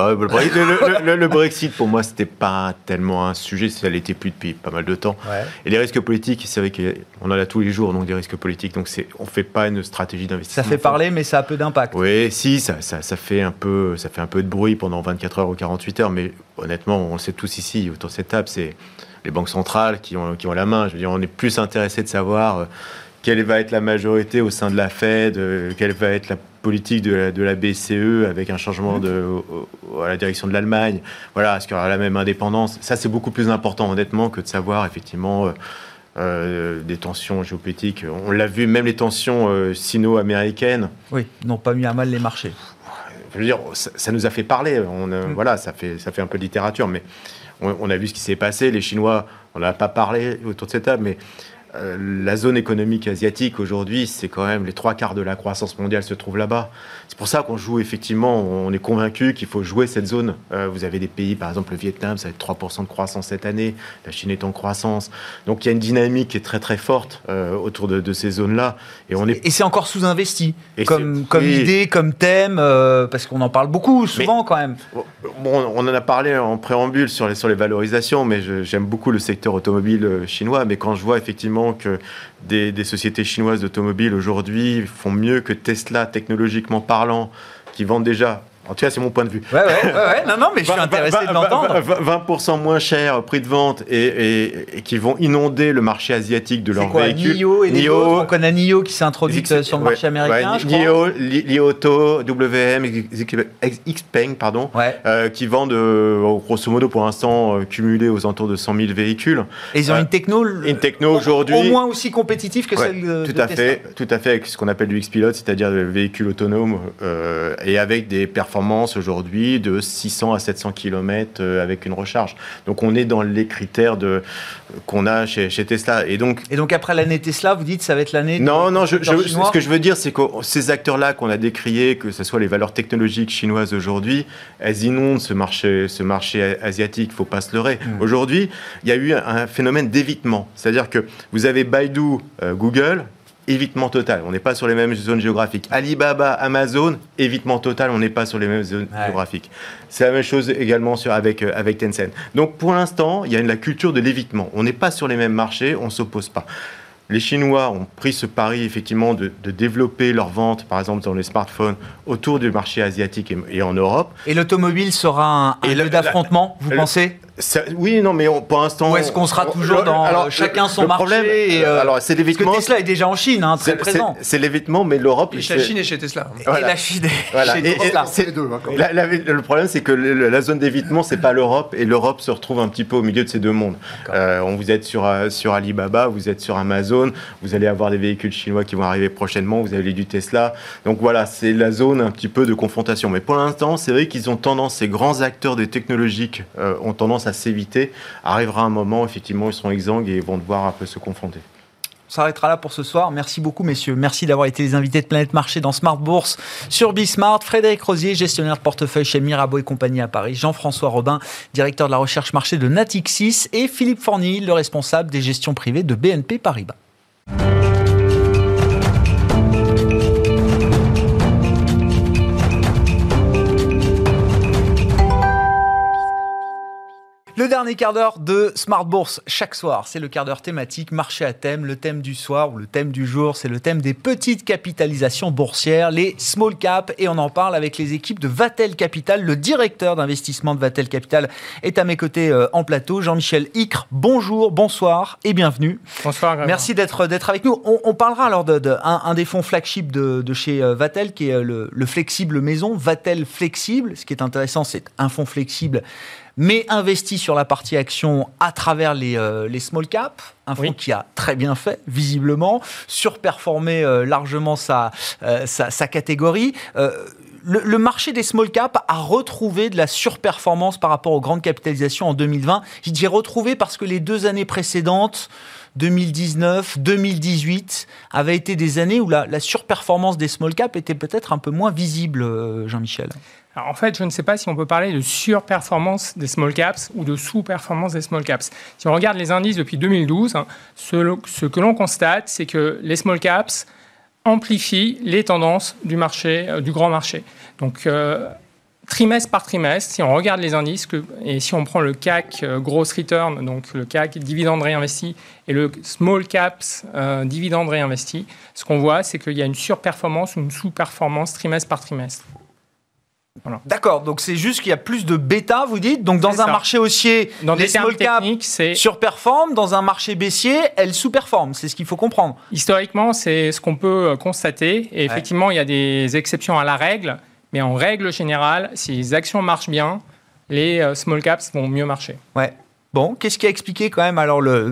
le, le, le Brexit, pour moi, c'était pas tellement un sujet, ça l'était plus depuis pas mal de temps. Ouais. Et les risques politiques, c'est vrai qu'on en a tous les jours, donc des risques politiques. Donc c'est, on fait pas une stratégie d'investissement. Ça fait parler, mais ça a peu d'impact. Oui, si, ça, ça, ça fait un peu, ça fait un peu de bruit pendant vingt-quatre heures ou quarante-huit heures, mais honnêtement, on le sait tous ici autour de cette table, c'est les banques centrales qui ont, qui ont la main. Je veux dire, on est plus intéressé de savoir euh, quelle va être la majorité au sein de la Fed, euh, quelle va être la politique de la, de la B C E avec un changement de, euh, à la direction de l'Allemagne. Voilà, est-ce qu'il y aura la même indépendance ? Ça, c'est beaucoup plus important, honnêtement, que de savoir, effectivement, euh, euh, des tensions géopolitiques. On l'a vu, même les tensions euh, sino-américaines. Oui, n'ont pas mis à mal les marchés. Je veux dire, ça, ça nous a fait parler. On, euh, mmh. Voilà, ça fait, ça fait un peu de littérature, mais on, on a vu ce qui s'est passé. Les Chinois, on n'en a pas parlé autour de cette table, mais euh, la zone économique asiatique aujourd'hui, c'est quand même les trois quarts de la croissance mondiale se trouvent là-bas. C'est pour ça qu'on joue effectivement, on est convaincu qu'il faut jouer cette zone. Euh, vous avez des pays, par exemple le Vietnam, ça va être trois pour cent de croissance cette année, la Chine est en croissance. Donc il y a une dynamique qui est très très forte euh, autour de, de ces zones-là. Et, on est... et c'est encore sous-investi, et comme, comme oui. idée, comme thème, euh, parce qu'on en parle beaucoup, souvent mais, quand même. Bon, on en a parlé en préambule sur les, sur les valorisations, mais je, j'aime beaucoup le secteur automobile chinois. Mais quand je vois effectivement que des, des sociétés chinoises d'automobiles aujourd'hui font mieux que Tesla technologiquement parlant, qui vendent déjà... En tout cas, c'est mon point de vue. Ouais, ouais, ouais, ouais. Non, non, mais je suis intéressé de l'entendre. vingt pour cent moins cher prix de vente et, et, et qui vont inonder le marché asiatique de leurs véhicules. NIO et des autres. On connaît NIO qui s'est introduite X, sur le marché ouais, américain, ouais, je NIO, Li Auto, W M, Xpeng, pardon, ouais. euh, qui vendent, euh, grosso modo, pour l'instant, euh, cumulé aux alentours de cent mille véhicules. Et ils ont euh, une techno, une techno aujourd'hui, au moins aussi compétitive que ouais, celle de, tout de à Tesla. Fait, tout à fait, avec ce qu'on appelle du X-Pilot, c'est-à-dire le véhicule autonome, euh, et avec des performances aujourd'hui de six cents à sept cents kilomètres avec une recharge. Donc on est dans les critères de, qu'on a chez, chez Tesla. Et donc, et donc après l'année Tesla, vous dites ça va être l'année... Non, non, je, je, ce que je veux dire, c'est que ces acteurs-là qu'on a décriés, que ce soit les valeurs technologiques chinoises aujourd'hui, elles inondent ce marché, ce marché asiatique, il ne faut pas se leurrer. Mmh. Aujourd'hui, il y a eu un phénomène d'évitement. C'est-à-dire que vous avez Baidu, euh, Google... évitement total, on n'est pas sur les mêmes zones géographiques. Alibaba, Amazon, évitement total, on n'est pas sur les mêmes zones ouais. géographiques. C'est la même chose également sur, avec, avec Tencent. Donc pour l'instant, il y a une, la culture de l'évitement. On n'est pas sur les mêmes marchés, on ne s'oppose pas. Les Chinois ont pris ce pari effectivement de, de développer leurs ventes, par exemple dans les smartphones, autour du marché asiatique et, et en Europe. Et l'automobile sera un, un lieu d'affrontement, vous le, pensez ça, oui, non, mais on, pour l'instant... Ou est-ce qu'on sera toujours on, dans alors, chacun son le marché problème, et, euh, alors, c'est l'évitement. Parce que Tesla est déjà en Chine, hein, très c'est, présent. C'est, c'est l'évitement, mais l'Europe... Et chez la Chine et chez Tesla. Et voilà. la Chine voilà. chez et, Tesla. Et, c'est, deux, la, la, le problème, c'est que le, la zone d'évitement, c'est pas l'Europe, et l'Europe se retrouve un petit peu au milieu de ces deux mondes. Euh, on, vous êtes sur, sur Alibaba, vous êtes sur Amazon, vous allez avoir des véhicules chinois qui vont arriver prochainement, vous avez du Tesla. Donc voilà, c'est la zone un petit peu de confrontation. Mais pour l'instant, c'est vrai qu'ils ont tendance, ces grands acteurs des technologiques euh, ont tendance à s'éviter. Arrivera un moment, effectivement, ils seront exsangues et vont devoir un peu se confronter. On s'arrêtera là pour ce soir. Merci beaucoup, messieurs. Merci d'avoir été les invités de Planète Marché dans Smart Bourse sur Bismart. Frédéric Rosier, gestionnaire de portefeuille chez Mirabeau et compagnie à Paris. Jean-François Robin, directeur de la recherche marché de Natixis. Et Philippe Forny, le responsable des gestions privées de B N P Paribas. Le dernier quart d'heure de Smart Bourse chaque soir, c'est le quart d'heure thématique, marché à thème. Le thème du soir ou le thème du jour, c'est le thème des petites capitalisations boursières, les small caps. Et on en parle avec les équipes de Vatel Capital. Le directeur d'investissement de Vatel Capital est à mes côtés euh, en plateau. Jean-Michel Icre, bonjour, bonsoir et bienvenue. Bonsoir. Grégoire. Merci d'être, d'être avec nous. On, on parlera alors d'un de, de, un des fonds flagship de, de chez euh, Vatel, qui est le, le flexible maison, Vatel Flexible. Ce qui est intéressant, c'est un fonds flexible mais investi sur la partie action à travers les, euh, les small caps, un fonds oui. qui a très bien fait, visiblement, surperformé euh, largement sa, euh, sa, sa catégorie. Euh, le, le marché des small caps a retrouvé de la surperformance par rapport aux grandes capitalisations en deux mille vingt. Je dis retrouvé parce que les deux années précédentes, deux mille dix-neuf, deux mille dix-huit, avaient été des années où la, la surperformance des small caps était peut-être un peu moins visible, euh, Jean-Michel. Alors en fait, je ne sais pas si on peut parler de surperformance des small caps ou de sous-performance des small caps. Si on regarde les indices depuis deux mille douze, hein, ce, ce que l'on constate, c'est que les small caps amplifient les tendances du marché, euh, du grand marché. Donc, euh, trimestre par trimestre, si on regarde les indices, que, et si on prend le C A C euh, Gross Return, donc le C A C dividende réinvesti, et le Small Caps euh, dividende réinvesti, ce qu'on voit, c'est qu'il y a une surperformance ou une sous-performance trimestre par trimestre. Voilà. D'accord, donc c'est juste qu'il y a plus de bêta, vous dites. Donc dans c'est un ça. marché haussier, dans les small caps surperforment, dans un marché baissier, elles sous-performent. C'est ce qu'il faut comprendre. Historiquement, c'est ce qu'on peut constater. Et effectivement, ouais. il y a des exceptions à la règle. Mais en règle générale, si les actions marchent bien, les small caps vont mieux marcher. Ouais. Bon, qu'est-ce qui a expliqué quand même alors le...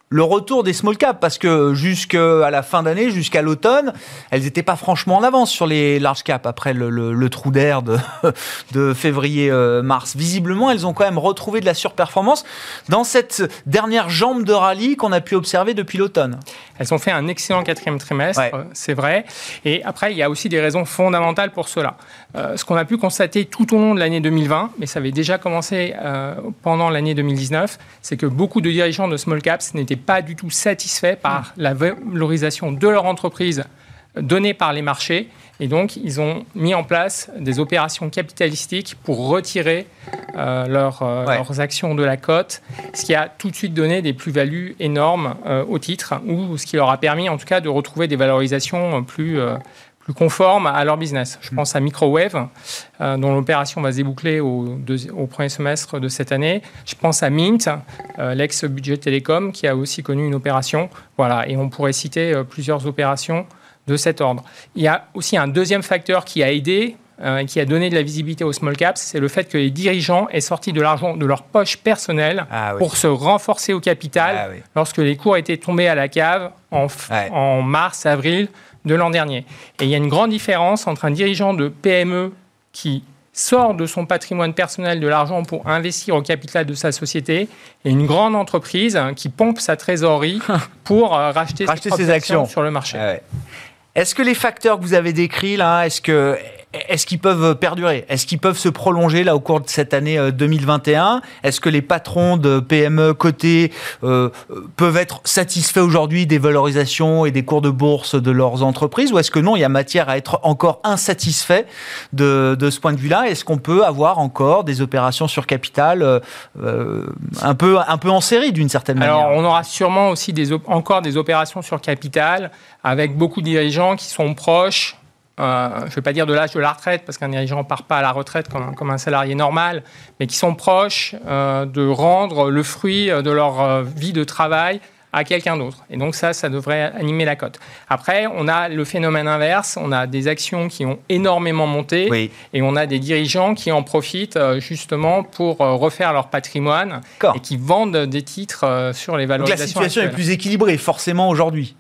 le retour des small caps, parce que jusqu'à la fin d'année, jusqu'à l'automne, elles n'étaient pas franchement en avance sur les large caps après le, le, le trou d'air de, de février-mars. Visiblement, elles ont quand même retrouvé de la surperformance dans cette dernière jambe de rallye qu'on a pu observer depuis l'automne. Elles ont fait un excellent quatrième trimestre, ouais. c'est vrai. Et après, il y a aussi des raisons fondamentales pour cela. Euh, ce qu'on a pu constater tout au long de l'année deux mille vingt, mais ça avait déjà commencé euh, pendant l'année deux mille dix-neuf, c'est que beaucoup de dirigeants de small caps n'étaient pas du tout satisfaits par la valorisation de leur entreprise donnée par les marchés. Et donc, ils ont mis en place des opérations capitalistiques pour retirer euh, leur, euh, ouais. leurs actions de la cote, ce qui a tout de suite donné des plus-values énormes euh, au titre, ou ce qui leur a permis, en tout cas, de retrouver des valorisations plus, euh, plus conformes à leur business. Je pense à Microwave, euh, dont l'opération va se déboucler au, deux, au premier semestre de cette année. Je pense à Mint, euh, l'ex-Budget Télécom, qui a aussi connu une opération. Voilà, et on pourrait citer euh, plusieurs opérations de cet ordre. Il y a aussi un deuxième facteur qui a aidé, euh, qui a donné de la visibilité aux small caps, c'est le fait que les dirigeants aient sorti de l'argent de leur poche personnelle ah, oui. pour se renforcer au capital ah, oui. lorsque les cours étaient tombés à la cave en, f- ouais. en mars, avril de l'an dernier. Et il y a une grande différence entre un dirigeant de P M E qui sort de son patrimoine personnel de l'argent pour investir au capital de sa société et une grande entreprise qui pompe sa trésorerie pour euh, racheter, racheter ses, ses actions. actions sur le marché. Ah ouais. Est-ce que les facteurs que vous avez décrits là, est-ce que est-ce qu'ils peuvent perdurer ? Est-ce qu'ils peuvent se prolonger là au cours de cette année deux mille vingt et un ? Est-ce que les patrons de P M E cotés euh, peuvent être satisfaits aujourd'hui des valorisations et des cours de bourse de leurs entreprises ? Ou est-ce que non, il y a matière à être encore insatisfait de, de ce point de vue-là ? Est-ce qu'on peut avoir encore des opérations sur capital euh, un peu, un peu en série d'une certaine Alors, manière ? On aura sûrement aussi des op- encore des opérations sur capital avec beaucoup de dirigeants qui sont proches. Euh, je ne vais pas dire de l'âge de la retraite, parce qu'un dirigeant ne part pas à la retraite comme un, comme un salarié normal, mais qui sont proches euh, de rendre le fruit de leur euh, vie de travail à quelqu'un d'autre. Et donc ça, ça devrait animer la cote. Après, on a le phénomène inverse, on a des actions qui ont énormément monté, oui. et on a des dirigeants qui en profitent euh, justement pour euh, refaire leur patrimoine D'accord. et qui vendent des titres euh, sur les valorisations. Donc la situation actuelles. est plus équilibrée, forcément, aujourd'hui.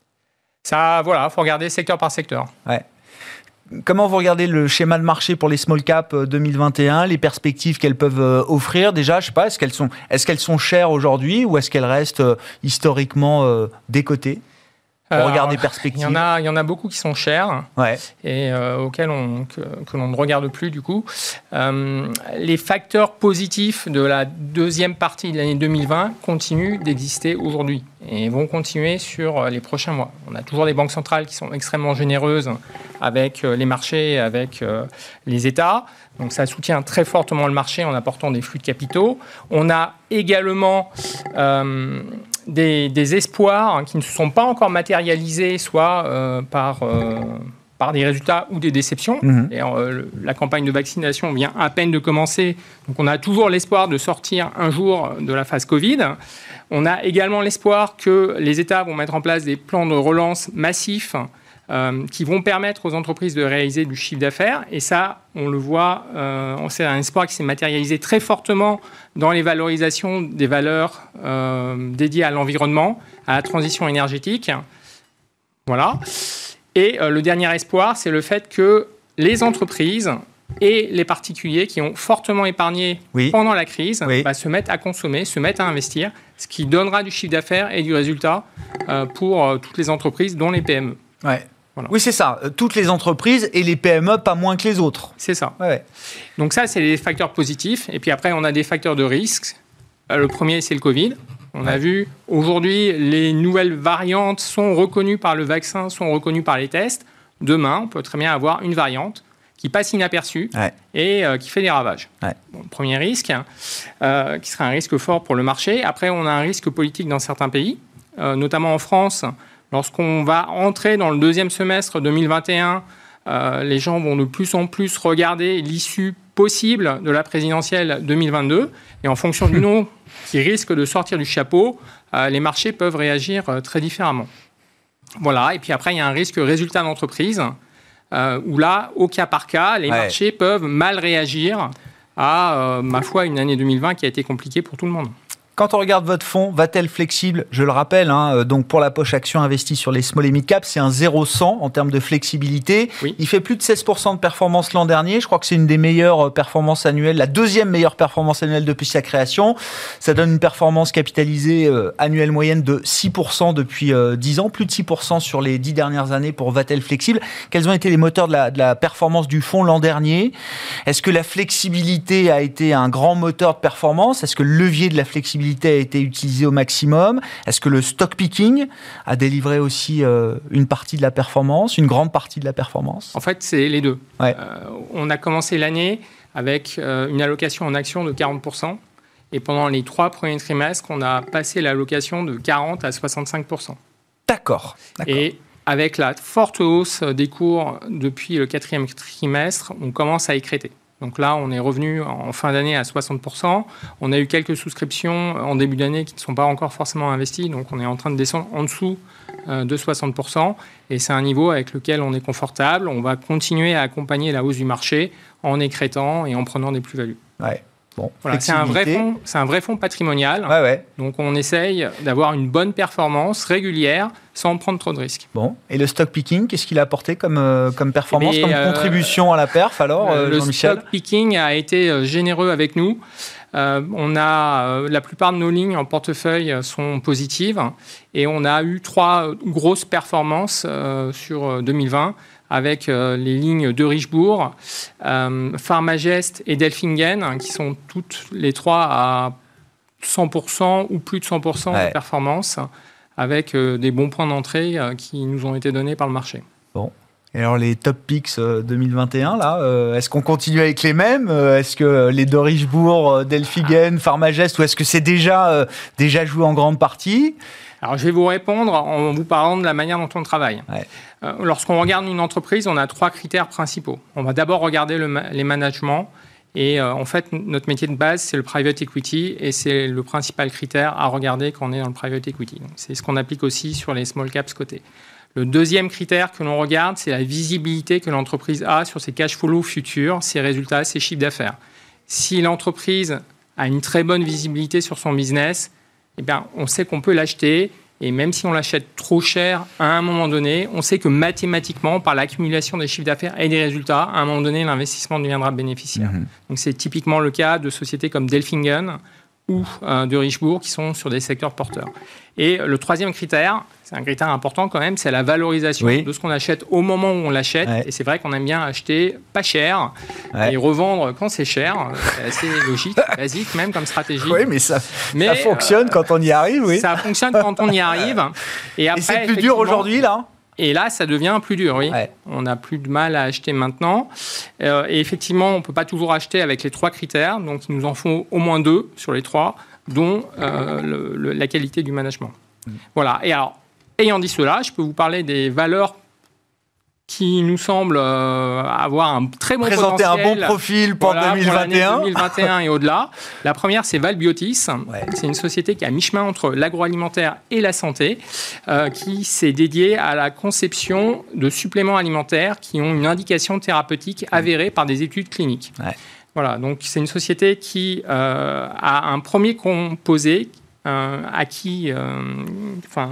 Ça, voilà, il faut regarder secteur par secteur. Ouais. Comment vous regardez le schéma de marché pour les small caps deux mille vingt et un, les perspectives qu'elles peuvent offrir déjà, je sais pas, est-ce qu'elles sont, est-ce qu'elles sont chères aujourd'hui ou est-ce qu'elles restent historiquement euh, décotées ? On regarde des perspectives. Il y en a, il y en a beaucoup qui sont chers ouais. et euh, auxquels on, que, que l'on ne regarde plus du coup. Euh, les facteurs positifs de la deuxième partie de l'année deux mille vingt continuent d'exister aujourd'hui et vont continuer sur les prochains mois. On a toujours des banques centrales qui sont extrêmement généreuses avec les marchés, avec les États. Donc ça soutient très fortement le marché en apportant des flux de capitaux. On a également euh, des, des espoirs qui ne se sont pas encore matérialisés, soit euh, par, euh, par des résultats ou des déceptions. Mmh. Et, euh, la campagne de vaccination vient à peine de commencer. Donc on a toujours l'espoir de sortir un jour de la phase Covid. On a également l'espoir que les États vont mettre en place des plans de relance massifs Euh, qui vont permettre aux entreprises de réaliser du chiffre d'affaires. Et ça, on le voit, euh, c'est un espoir qui s'est matérialisé très fortement dans les valorisations des valeurs euh, dédiées à l'environnement, à la transition énergétique. Voilà. Et euh, le dernier espoir, c'est le fait que les entreprises et les particuliers qui ont fortement épargné oui. pendant la crise oui. bah, se mettent à consommer, se mettent à investir, ce qui donnera du chiffre d'affaires et du résultat euh, pour euh, toutes les entreprises, dont les P M E. Ouais. Voilà. Oui, c'est ça. Toutes les entreprises et les P M E, pas moins que les autres. C'est ça. Ouais, ouais. Donc ça, c'est les facteurs positifs. Et puis après, on a des facteurs de risque. Le premier, c'est le Covid. On ouais. a vu, aujourd'hui, les nouvelles variantes sont reconnues par le vaccin, sont reconnues par les tests. Demain, on peut très bien avoir une variante qui passe inaperçue ouais. et euh, qui fait des ravages. Ouais. Bon, premier risque, euh, qui serait un risque fort pour le marché. Après, on a un risque politique dans certains pays, euh, notamment en France. Lorsqu'on va entrer dans le deuxième semestre deux mille vingt et un, euh, les gens vont de plus en plus regarder l'issue possible de la présidentielle deux mille vingt-deux. Et en fonction du nom qui risque de sortir du chapeau, euh, les marchés peuvent réagir euh, très différemment. Voilà. Et puis après, il y a un risque résultat d'entreprise, euh, où là, au cas par cas, les ouais. marchés peuvent mal réagir à, euh, ma foi, une année deux mille vingt qui a été compliquée pour tout le monde. Quand on regarde votre fonds, Vatel Flexible, je le rappelle, hein, donc pour la poche action investie sur les small et mid cap, c'est un zéro à cent en termes de flexibilité. Oui. Il fait plus de seize pour cent de performance l'an dernier. Je crois que c'est une des meilleures performances annuelles, la deuxième meilleure performance annuelle depuis sa création. Ça donne une performance capitalisée euh, annuelle moyenne de six pour cent depuis euh, dix ans, plus de six pour cent sur les dix dernières années pour Vatel Flexible. Quels ont été les moteurs de la, de la performance du fonds l'an dernier? Est-ce que la flexibilité a été un grand moteur de performance? Est-ce que le levier de la flexibilité a été utilisé au maximum? Est-ce que le stock picking a délivré aussi euh, une partie de la performance, une grande partie de la performance? En fait, c'est les deux. Ouais. Euh, on a commencé l'année avec euh, une allocation en actions de quarante pour cent. Et pendant les trois premiers trimestres, on a passé l'allocation de quarante à soixante-cinq pour cent. D'accord. D'accord. Et avec la forte hausse des cours depuis le quatrième trimestre, on commence à écréter. Donc là, on est revenu en fin d'année à soixante pour cent. On a eu quelques souscriptions en début d'année qui ne sont pas encore forcément investies. Donc on est en train de descendre en dessous de soixante pour cent. Et c'est un niveau avec lequel on est confortable. On va continuer à accompagner la hausse du marché en écrétant et en prenant des plus-values. Ouais. Bon, voilà, c'est un vrai fonds, c'est un vrai fonds patrimonial. Ouais, ouais. Donc on essaye d'avoir une bonne performance régulière sans prendre trop de risques. Bon, et le stock picking, qu'est-ce qu'il a apporté comme, euh, comme performance, Mais, comme euh, contribution à la perf alors, euh, le Jean-Michel? stock picking a été généreux avec nous. Euh, on a euh, la plupart de nos lignes en portefeuille sont positives et on a eu trois grosses performances euh, sur deux mille vingt. Avec euh, les lignes de Richebourg, euh, Pharmagest et Delfingen, hein, qui sont toutes les trois à cent pour cent ou plus de cent pour cent ouais. de performance, avec euh, des bons points d'entrée euh, qui nous ont été donnés par le marché. Bon. Et alors les top picks euh, deux mille vingt et un, là, euh, est-ce qu'on continue avec les mêmes? euh, Est-ce que euh, les de Richebourg, euh, Delfingen, Pharmagest, ou est-ce que c'est déjà, euh, déjà joué en grande partie? Alors, je vais vous répondre en vous parlant de la manière dont on travaille. Ouais. Euh, lorsqu'on regarde une entreprise, on a trois critères principaux. On va d'abord regarder le ma- les managements. Et euh, en fait, notre métier de base, c'est le private equity. Et c'est le principal critère à regarder quand on est dans le private equity. Donc, c'est ce qu'on applique aussi sur les small caps cotés. Le deuxième critère que l'on regarde, c'est la visibilité que l'entreprise a sur ses cash flows futurs, ses résultats, ses chiffres d'affaires. Si l'entreprise a une très bonne visibilité sur son business, eh bien, on sait qu'on peut l'acheter. Et même si on l'achète trop cher, à un moment donné, on sait que mathématiquement, par l'accumulation des chiffres d'affaires et des résultats, à un moment donné, l'investissement deviendra bénéficiaire. Mmh. Donc, c'est typiquement le cas de sociétés comme Delfingen ou euh, de Richebourg qui sont sur des secteurs porteurs. Et le troisième critère, c'est un critère important quand même, c'est la valorisation oui. de ce qu'on achète au moment où on l'achète. Ouais. Et c'est vrai qu'on aime bien acheter pas cher ouais. et revendre quand c'est cher. C'est assez logique, basique même comme stratégie. Oui, mais ça, mais, ça fonctionne euh, quand on y arrive. Oui. Ça fonctionne quand on y arrive. Et, après, et c'est plus dur aujourd'hui, là? Et là, ça devient plus dur, oui. Ouais. On n'a plus de mal à acheter maintenant. Euh, et effectivement, on ne peut pas toujours acheter avec les trois critères. Donc, il nous en faut au moins deux sur les trois, dont euh, le, le, la qualité du management. Mmh. Voilà. Et alors, ayant dit cela, je peux vous parler des valeurs qui nous semblent euh, avoir un très bon Présenter potentiel. Présenter un bon profil pour voilà, deux mille vingt et un. Pour deux mille vingt et un et au-delà. La première, c'est Valbiotis. Ouais. C'est une société qui est à mi-chemin entre l'agroalimentaire et la santé, euh, qui s'est dédiée à la conception de suppléments alimentaires qui ont une indication thérapeutique avérée par des études cliniques. Ouais. Voilà, donc c'est une société qui euh, a un premier composé euh, à qui, euh, enfin,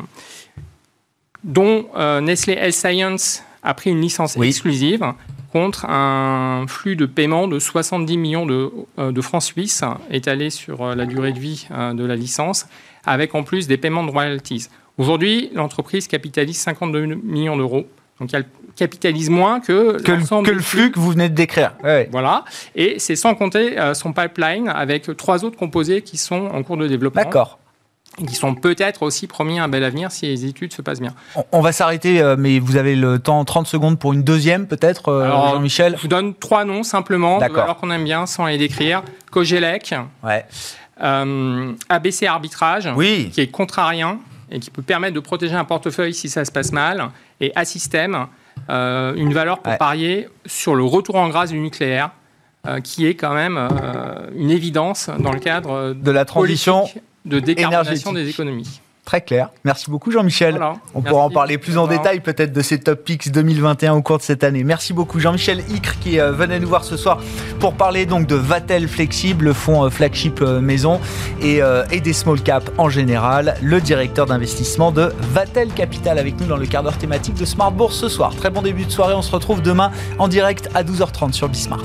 dont euh, Nestlé Health Science a pris une licence oui. exclusive contre un flux de paiement de soixante-dix millions de, euh, de francs suisses étalés sur euh, la durée de vie euh, de la licence, avec en plus des paiements de royalties. Aujourd'hui, l'entreprise capitalise cinquante-deux millions d'euros. Donc, elle capitalise moins que, que, le, que le flux que vous venez de décrire. Ouais. Voilà. Et c'est sans compter euh, son pipeline avec trois autres composés qui sont en cours de développement. D'accord. Et qui sont peut-être aussi promis un bel avenir si les études se passent bien. On, on va s'arrêter, euh, mais vous avez le temps, trente secondes pour une deuxième peut-être, euh, Alors, Jean-Michel. Je vous donne trois noms simplement, de valeurs qu'on aime bien sans les décrire. Cogelec, ouais. euh, A B C Arbitrage, oui. qui est contrarien et qui peut permettre de protéger un portefeuille si ça se passe mal, et Assystem, euh, une valeur pour ouais. parier sur le retour en grâce du nucléaire, euh, qui est quand même euh, une évidence dans le cadre de la transition de décarbonation des économies. Très clair. Merci beaucoup Jean-Michel. Voilà. On Merci. pourra en parler plus en Voilà. détail peut-être de ces Top Picks deux mille vingt et un au cours de cette année. Merci beaucoup Jean-Michel Icre qui euh, venait nous voir ce soir pour parler donc de Vatel Flexible, le fonds euh, flagship euh, maison et, euh, et des small caps en général. Le directeur d'investissement de Vatel Capital avec nous dans le quart d'heure thématique de Smart Bourse ce soir. Très bon début de soirée. On se retrouve demain en direct à douze heures trente sur Bismart.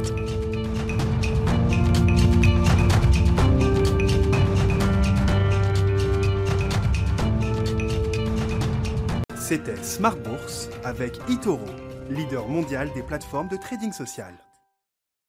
C'était Smart Bourse avec eToro, leader mondial des plateformes de trading social.